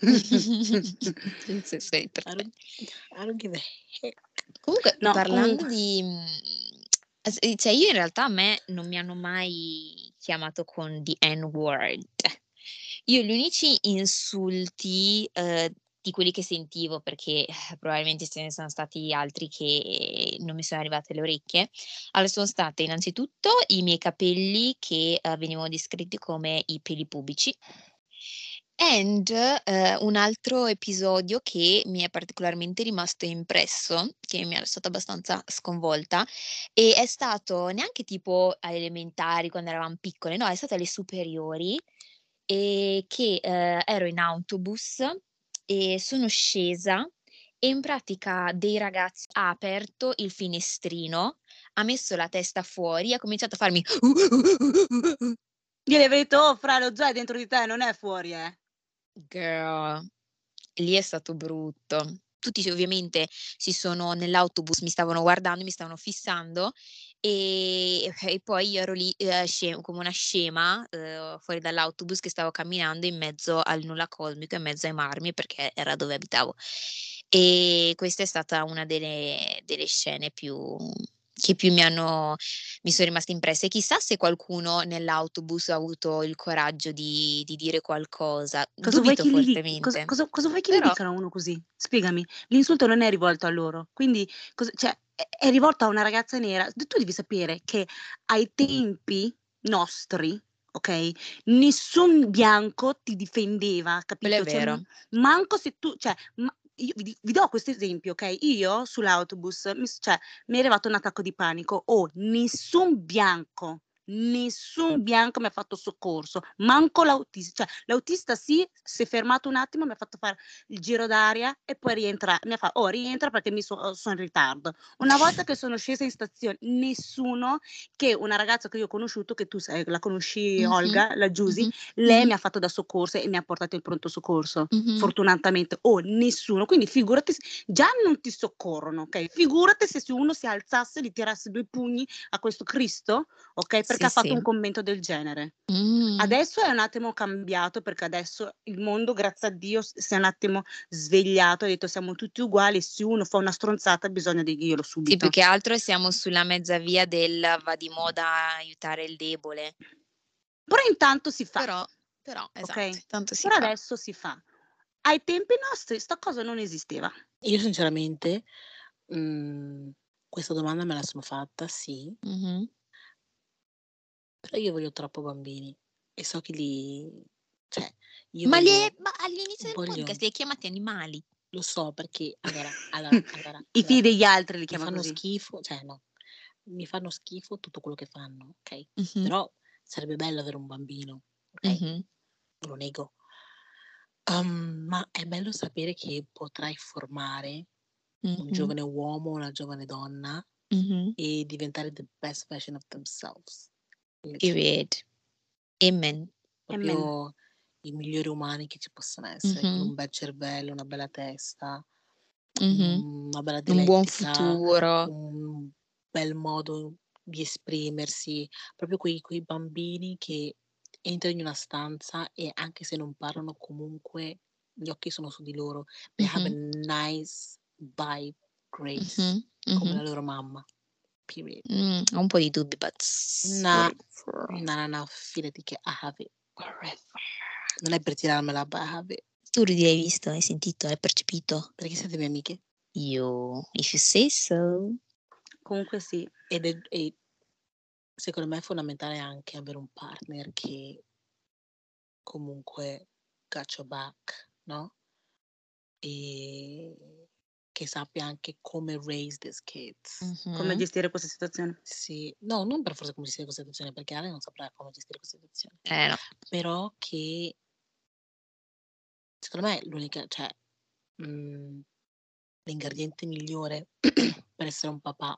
B: Se sei per
C: I
B: te.
C: don't give a heck.
B: Comunque,
D: no,
B: parlando
D: comunque,
B: di... cioè io in realtà a me non mi hanno mai chiamato con the N-word. Io gli unici insulti di quelli che sentivo, perché probabilmente ce ne sono stati altri che non mi sono arrivate alle orecchie, allora sono state innanzitutto i miei capelli che venivano descritti come i peli pubici. And un altro episodio che mi è particolarmente rimasto impresso, che mi ha lasciato abbastanza sconvolta, e è stato neanche tipo alle elementari quando eravam piccole, no, è stato alle superiori, che ero in autobus e sono scesa e in pratica dei ragazzi ha aperto il finestrino, ha messo la testa fuori e ha cominciato a farmi
D: gliene avrei detto, oh fra, lo zoo è dentro di te, non è fuori,
B: Girl, lì è stato brutto. Tutti ovviamente nell'autobus mi stavano guardando, mi stavano fissando e poi io ero lì, come una scema, fuori dall'autobus che stavo camminando in mezzo al nulla cosmico, in mezzo ai marmi, perché era dove abitavo. E questa è stata una delle scene che più mi sono rimaste impresse. Chissà se qualcuno nell'autobus ha avuto il coraggio di dire qualcosa.
D: Cosa vuoi
B: Dubito
D: che
B: fortemente.
D: cosa vuoi che gli
B: Però
D: dicano a uno così? Spiegami. L'insulto non è rivolto a loro, quindi cioè è rivolto a una ragazza nera. Tu devi sapere che ai tempi nostri, okay, nessun bianco ti difendeva,
B: quello è
D: capito? Cioè,
B: vero.
D: manco se tu cioè, io vi do questo esempio, okay, io sull'autobus mi è arrivato un attacco di panico. Nessun bianco nessun bianco mi ha fatto soccorso, manco l'autista. Cioè, l'autista sì, si è fermato un attimo, mi ha fatto fare il giro d'aria e poi rientra, mi ha fatto, oh, rientra perché sono in ritardo. Una volta che sono scesa in stazione, nessuno, che una ragazza che io ho conosciuto, che tu sai, la conosci,
B: Mhm,
D: Olga, la Giusy,
B: mhm,
D: lei
B: mhm,
D: mi ha fatto da soccorso e mi ha portato in pronto soccorso.
B: mhm.
D: Fortunatamente, nessuno. Quindi figurati, già non ti soccorrono, ok? Figurati se uno si alzasse e gli tirasse 2 pugni a questo Cristo, ok? Perché
B: Sì,
D: ha fatto
B: sì.
D: un commento del genere.
B: Mm.
D: Adesso è un attimo cambiato, perché adesso il mondo, grazie a Dio, si è un attimo svegliato, ha detto siamo tutti uguali, se uno fa una stronzata bisogna dirglielo
B: Sì,
D: subito.
B: più che altro siamo sulla mezza via del va di moda aiutare il debole.
D: Però intanto si fa,
B: Però, esatto,
D: ok?
B: tanto si
D: Però
B: fa.
D: adesso si fa. Ai tempi nostri sta cosa non esisteva.
C: Io sinceramente questa domanda me la sono fatta, sì,
B: Mhm.
C: però io voglio troppo bambini e so che cioè, io
B: Ma
C: voglio,
B: all'inizio del
C: voglio,
B: podcast li hai chiamati animali.
C: lo so perché allora,
D: I figli degli altri li
C: mi
D: chiama
C: fanno
D: così.
C: schifo, cioè no, mi fanno schifo tutto quello che fanno, ok?
B: Mhm,
C: Però sarebbe bello avere un bambino, ok?
B: mhm,
C: Non lo nego. Ma è bello sapere che potrai formare un
B: mhm,
C: giovane uomo, una giovane donna
B: mhm.
C: e diventare the best version of themselves.
B: Period. Amen.
D: Amen.
C: Proprio i migliori umani che ci possono essere, con
B: Mhm,
C: un bel cervello, una bella testa,
B: mhm.
C: una bella
B: Un buon
C: dialettica,
B: futuro.
C: un bel modo di esprimersi, proprio quei bambini che entrano in una stanza e anche se non parlano comunque gli occhi sono su di loro. They have a
B: Mhm,
C: nice vibe, grace,
B: mhm,
C: come la
B: mhm.
C: loro mamma. Period.
B: Ho un po' di dubbi, but
C: No,
B: whatever.
C: no, fidati che I have it. Non è per tirarmela, but I have it.
B: Tu hai visto, hai sentito, hai percepito?
C: Perché siete mie amiche.
B: If you say so.
D: Comunque sì.
C: E secondo me è fondamentale anche avere un partner che comunque got your back, no? E che sappia anche come raise these kids.
D: Come
B: Mhm.
D: gestire questa situazione.
C: Sì, no, non per forza come gestire questa situazione, perché Ale non saprà come gestire questa situazione.
B: No.
C: Però che secondo me l'unica, cioè, l'ingrediente migliore per essere un papà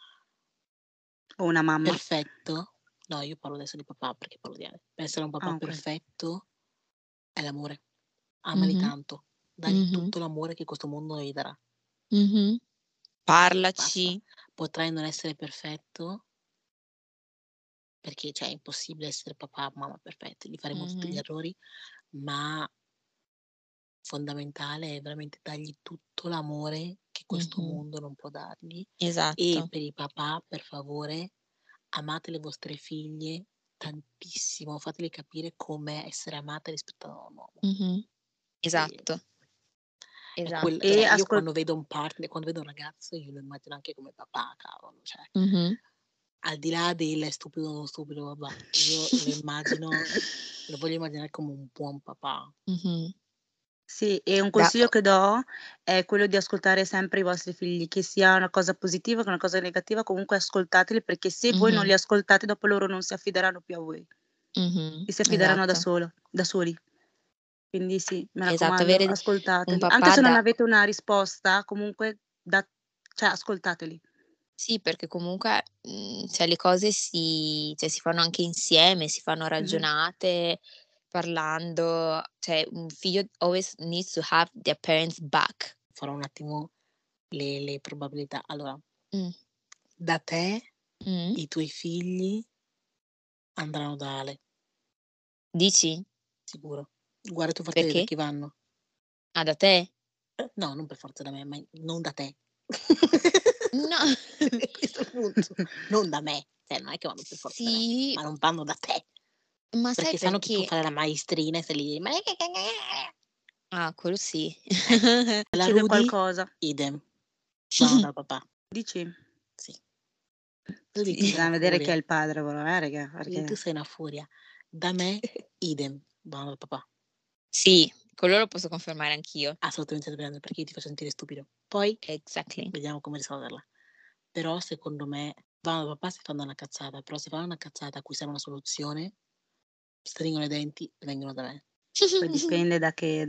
D: O una mamma.
C: perfetto, no, io parlo adesso di papà perché parlo di Ale, per essere un papà
D: Ah, ok.
C: perfetto è l'amore. Amali
B: Mhm,
C: tanto, dagli
B: mhm,
C: tutto l'amore che questo mondo non gli darà.
B: mhm.
C: Basta.
B: Parlaci.
C: Potrai non essere perfetto, perché cioè, è impossibile essere papà o mamma perfetti, li faremo tutti gli
B: Mhm,
C: errori, ma fondamentale è veramente dargli tutto l'amore che questo
B: mhm.
C: mondo non può dargli. E
B: Esatto.
C: per i papà, per favore, amate le vostre figlie tantissimo, fatele capire com'è essere amate rispetto a un uomo.
B: Mhm.
C: E
B: Esatto.
C: è
B: Esatto.
C: cioè,
D: E
C: io quando vedo un partner, quando vedo un ragazzo, io lo immagino anche come papà, cavolo, cioè,
B: Mhm.
C: al di là del è stupido o non stupido, vabbè, io lo immagino, lo voglio immaginare come un buon papà.
B: Mhm.
D: sì, e un
B: Da-
D: consiglio che do è quello di ascoltare sempre i vostri figli, che sia una cosa positiva che una cosa negativa, comunque ascoltateli, perché se voi non
B: Mhm,
D: li ascoltate, dopo loro non si affideranno più a voi
B: mhm.
D: e si affideranno da
B: Esatto.
D: soli. Quindi sì, mi
B: Esatto,
D: raccomando,
B: avere un
D: ascoltateli. Anche
B: papà
D: se non
B: da...
D: avete una risposta, comunque cioè ascoltateli.
B: Sì, perché comunque cioè, le cose cioè, si fanno anche insieme, si fanno
D: Mh-mh.
B: ragionate, parlando. Cioè, un figlio always needs to have their parents' back.
C: Farò un attimo le probabilità. Allora,
B: Mm.
C: da te
B: Mm.
C: i tuoi figli andranno da Ale,
B: Dici?
C: sicuro. Guarda tu farti vedere
B: Perché?
C: chi vanno.
B: Ah, da te?
C: No, non per forza da me, ma non da te.
B: No.
C: Questo è il punto. Non da me, cioè non è che vanno per forza da me,
B: Sì,
C: ma non vanno da te,
B: ma sai
C: perché sanno che tu
B: perché?
C: fai la maestrina e sei lì, ma
B: Ah, quello sì.
C: la
D: Succede
C: Rudy,
D: qualcosa.
C: idem, vanno dal papà,
D: Dici?
C: sì. Rudy tu sei
D: Bisogna
C: una
D: vedere chi è
C: furia,
D: il padre, raga,
C: Rudy tu
D: perché
C: sei una furia. Da me, idem, vanno dal papà.
B: Sì, quello lo posso confermare anch'io.
C: Assolutamente da prendere, perché io ti faccio sentire stupido. Poi
B: Exactly.
C: vediamo come risolverla. Però secondo me vanno da papà se fanno una cazzata, però se fanno una cazzata a cui serve una soluzione, stringono i denti e vengono da me.
D: Poi dipende da che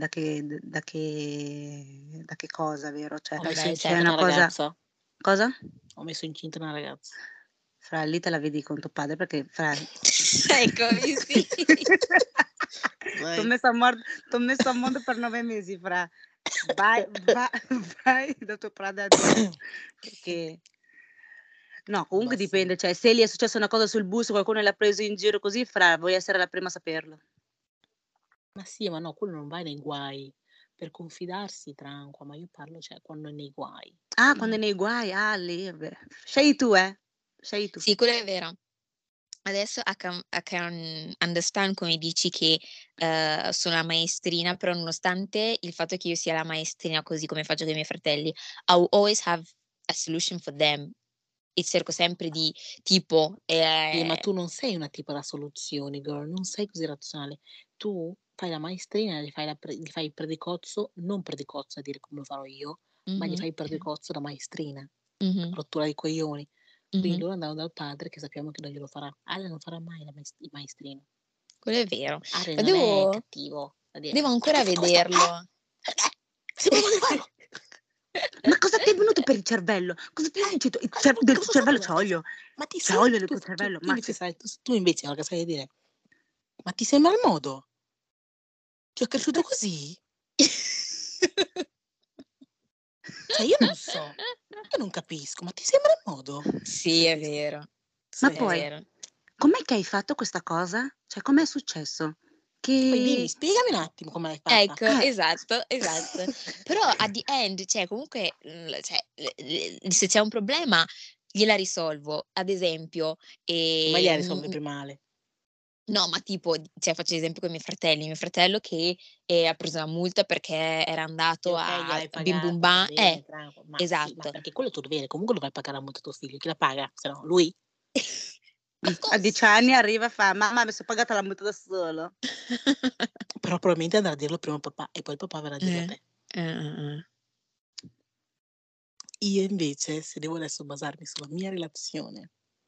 D: cosa, vero? Cioè,
C: Ho messo
B: Vabbè,
C: incinta
D: una
C: una
D: cosa...
C: ragazza.
D: Cosa?
C: Ho messo incinta una ragazza.
D: Fra, lì te la vedi con tuo padre perché fra...
B: Ecco, visti?
C: Vai.
D: T'ho messo a mondo per 9 mesi, fra. Vai da tuo padre a Dio. Perché... No, comunque
C: Basta.
D: dipende, cioè se gli è successa una cosa sul bus, qualcuno l'ha preso in giro così, fra, voglio essere la prima a saperlo.
C: Ma sì, ma no, quello non vai nei guai. Per confidarsi tranquillo, ma io parlo, cioè, quando è nei guai.
D: Ah, quando è nei guai, lì, vabbè. Scegli tu, Scegli tu.
B: Sì, quello è vero. Adesso I can understand come dici che sono la maestrina, però nonostante il fatto che io sia la maestrina così come faccio con i miei fratelli, I will always have a solution for them. E cerco sempre di tipo
C: Ma tu non sei una tipa da soluzioni, girl, non sei così razionale. Tu fai la maestrina, gli fai il predicozzo, non predicozzo a dire come lo farò io, ma gli fai il predicozzo da maestrina, rottura di coglioni. Quindi loro andavano dal padre che sappiamo che non glielo farà. Ale non farà mai il maestrino.
B: quello è vero.
C: Ale
B: Ma
C: non è cattivo.
B: devo ancora vederlo.
D: Ma cosa ti è venuto per il cervello? Cosa ti dici? Del tuo cervello c'ho olio.
C: Ma ti
D: C'è olio nel tuo cervello.
C: Tu invece sai dire, ma ti sembra il modo? Ti ho cresciuto così? Cioè io non so, io non capisco, ma ti sembra il modo?
B: Sì, è vero.
D: Ma
B: È
D: poi,
B: vero.
D: com'è che hai fatto questa cosa? Cioè, com'è successo?
C: Poi dimmi,
D: Che...
C: spiegami un attimo come l'hai fatta.
B: Ecco, esatto. Però at the end, cioè comunque, se c'è un problema gliela risolvo. Ad esempio,
C: Ma gli risolve più male.
B: no, ma tipo, cioè faccio l'esempio con i miei fratelli. Mio fratello che ha preso la multa perché era andato a Bim Bum Bam.
C: Ma
B: Esatto.
C: sì, ma perché quello è tuo dovere, comunque dovrai pagare la multa a tuo figlio. Chi la paga? Se no, lui?
D: A 10 anni arriva e fa, mamma mi sono pagata la multa da solo.
C: Però probabilmente andrà a dirlo prima al papà e poi il papà verrà a dirlo a te. Io invece, se devo adesso basarmi sulla mia relazione,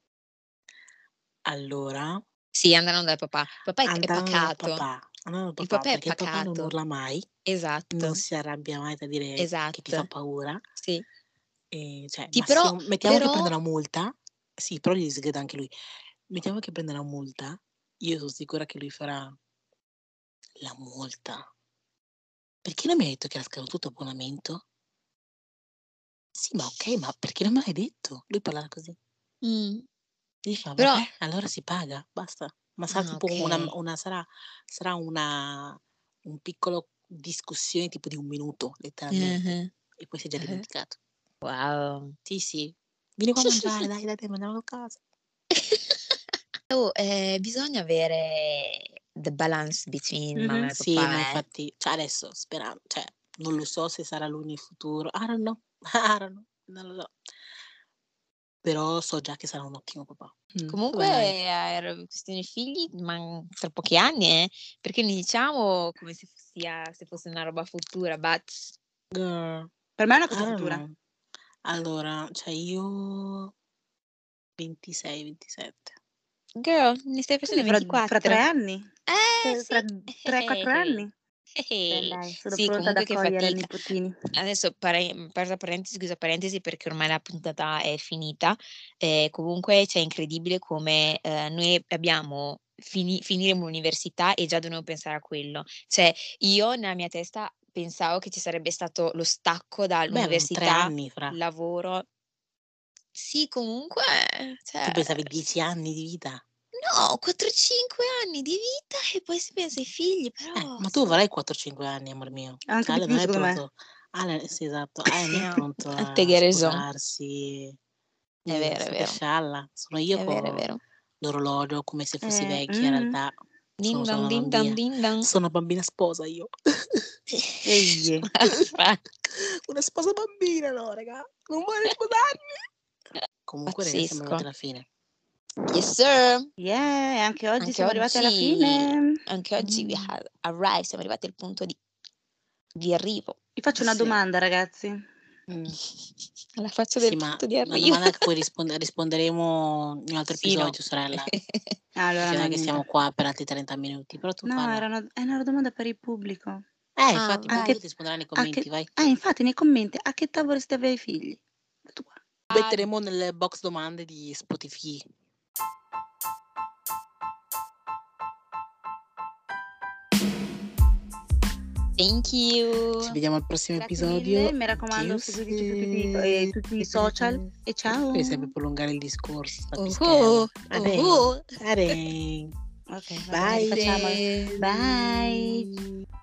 C: allora...
B: Sì, andranno dal papà. Papà è pacato.
C: Andando dal
B: Il
C: papà
B: papà è
C: perché il papà non
B: pacato.
C: urla mai,
B: Esatto.
C: non si arrabbia mai da dire che ti fa paura.
B: Sì.
C: E, cioè,
B: Sì, però,
C: mettiamo che prende una multa, sì, però gli sgrida anche lui. Mettiamo che prende una multa, io sono sicura che lui farà la multa. Perché non mi hai detto che era scaduto tutto abbonamento? Sì, ma ok, ma perché non me l'hai detto? Lui parla così. Gli fa,
B: Però,
C: vabbè, allora si paga, basta. Ma sarà tipo sarà un piccolo discussione tipo di 1 minuto, letteralmente. E poi si è già dimenticato.
B: Wow.
C: Sì. Vieni qua a mangiare, dai, mangiamo qualcosa.
B: Bisogna avere the balance between mamma e
C: Sì,
B: papà.
C: ma infatti, cioè adesso sperando, cioè non lo so se sarà lui in futuro. I don't know, non lo so. Però so già che sarà un ottimo papà.
B: Comunque, questione figli, tra pochi anni, perché ne diciamo come se fosse una roba futura, but
C: Girl,
D: Per me è una cosa futura.
C: know. Allora, cioè io 26, 27.
B: girl, ne stai facendo
D: Quindi
B: 24.
D: fra 3 anni?
B: Sì.
D: Fra 3-4 anni? Dai, sono
B: Sì,
D: pronta ad
B: comunque che
D: accogliere i
B: fatica.
D: nipotini.
B: Adesso aperta parentesi, chiusa parentesi, perché ormai la puntata è finita. Comunque, cioè, è incredibile come noi abbiamo finiremo l'università e già dobbiamo pensare a quello. Cioè, io nella mia testa pensavo che ci sarebbe stato lo stacco
C: Beh, 3
B: dall'università,
C: anni fra.
B: lavoro. Sì, comunque,
C: Tu
B: cioè,
C: pensavi 10 anni di vita?
B: no, 4-5 anni di vita e poi si pensa ai figli, però
C: Ma tu avrai 4-5 anni, amor mio.
D: Anche
C: Ale
D: di
C: non
D: più,
C: è
D: secondo me.
C: pronto. Ale, sì, esatto. Ale non è pronto a
B: te che raison.
C: sposarsi.
B: È vero, è
C: State
B: vero.
C: scialla. Sono io
B: È
C: con
B: vero.
C: l'orologio come se fossi vecchia, in realtà
B: Din
C: sono solo
B: dan,
C: una
B: din dan,
C: bambina.
B: din dan.
C: Sono una bambina sposa io.
D: Ehi.
C: Una sposa bambina, no, raga. Non voglio sposarmi. Comunque, ragazzi, siamo
B: Pazzesco.
C: arrivati alla fine.
B: Yes, sir.
D: Yeah, anche oggi
B: Anche
D: siamo arrivati alla fine.
B: Anche oggi we have arrived, siamo arrivati al punto di arrivo.
D: Vi faccio una
C: Sì.
D: domanda, ragazzi.
B: Alla faccia
C: Sì,
B: del
C: ma
B: punto di
C: una
B: arrivo.
C: domanda che poi risponderemo in un altro
B: Sì, no.
C: episodio, sorella.
D: Allora,
C: Non
D: no,
C: è che siamo
D: niente.
C: qua per altri 30 minuti, però tu
D: No,
C: parla.
D: è una domanda per il pubblico.
C: Infatti,
B: vai.
C: poi ti risponderanno nei commenti, vai.
D: Infatti, nei commenti, a che età vorresti avere i figli? Tutto qua.
C: Metteremo nel box domande di Spotify.
B: Thank you.
C: Ci vediamo al prossimo
D: Grazie
C: episodio.
D: mille, mi raccomando, seguiteci tutti i social e ciao.
C: Puoi sempre prolungare il discorso.
B: Oh.
C: Areng.
D: Ok,
C: Bye.
D: facciamo. Bye.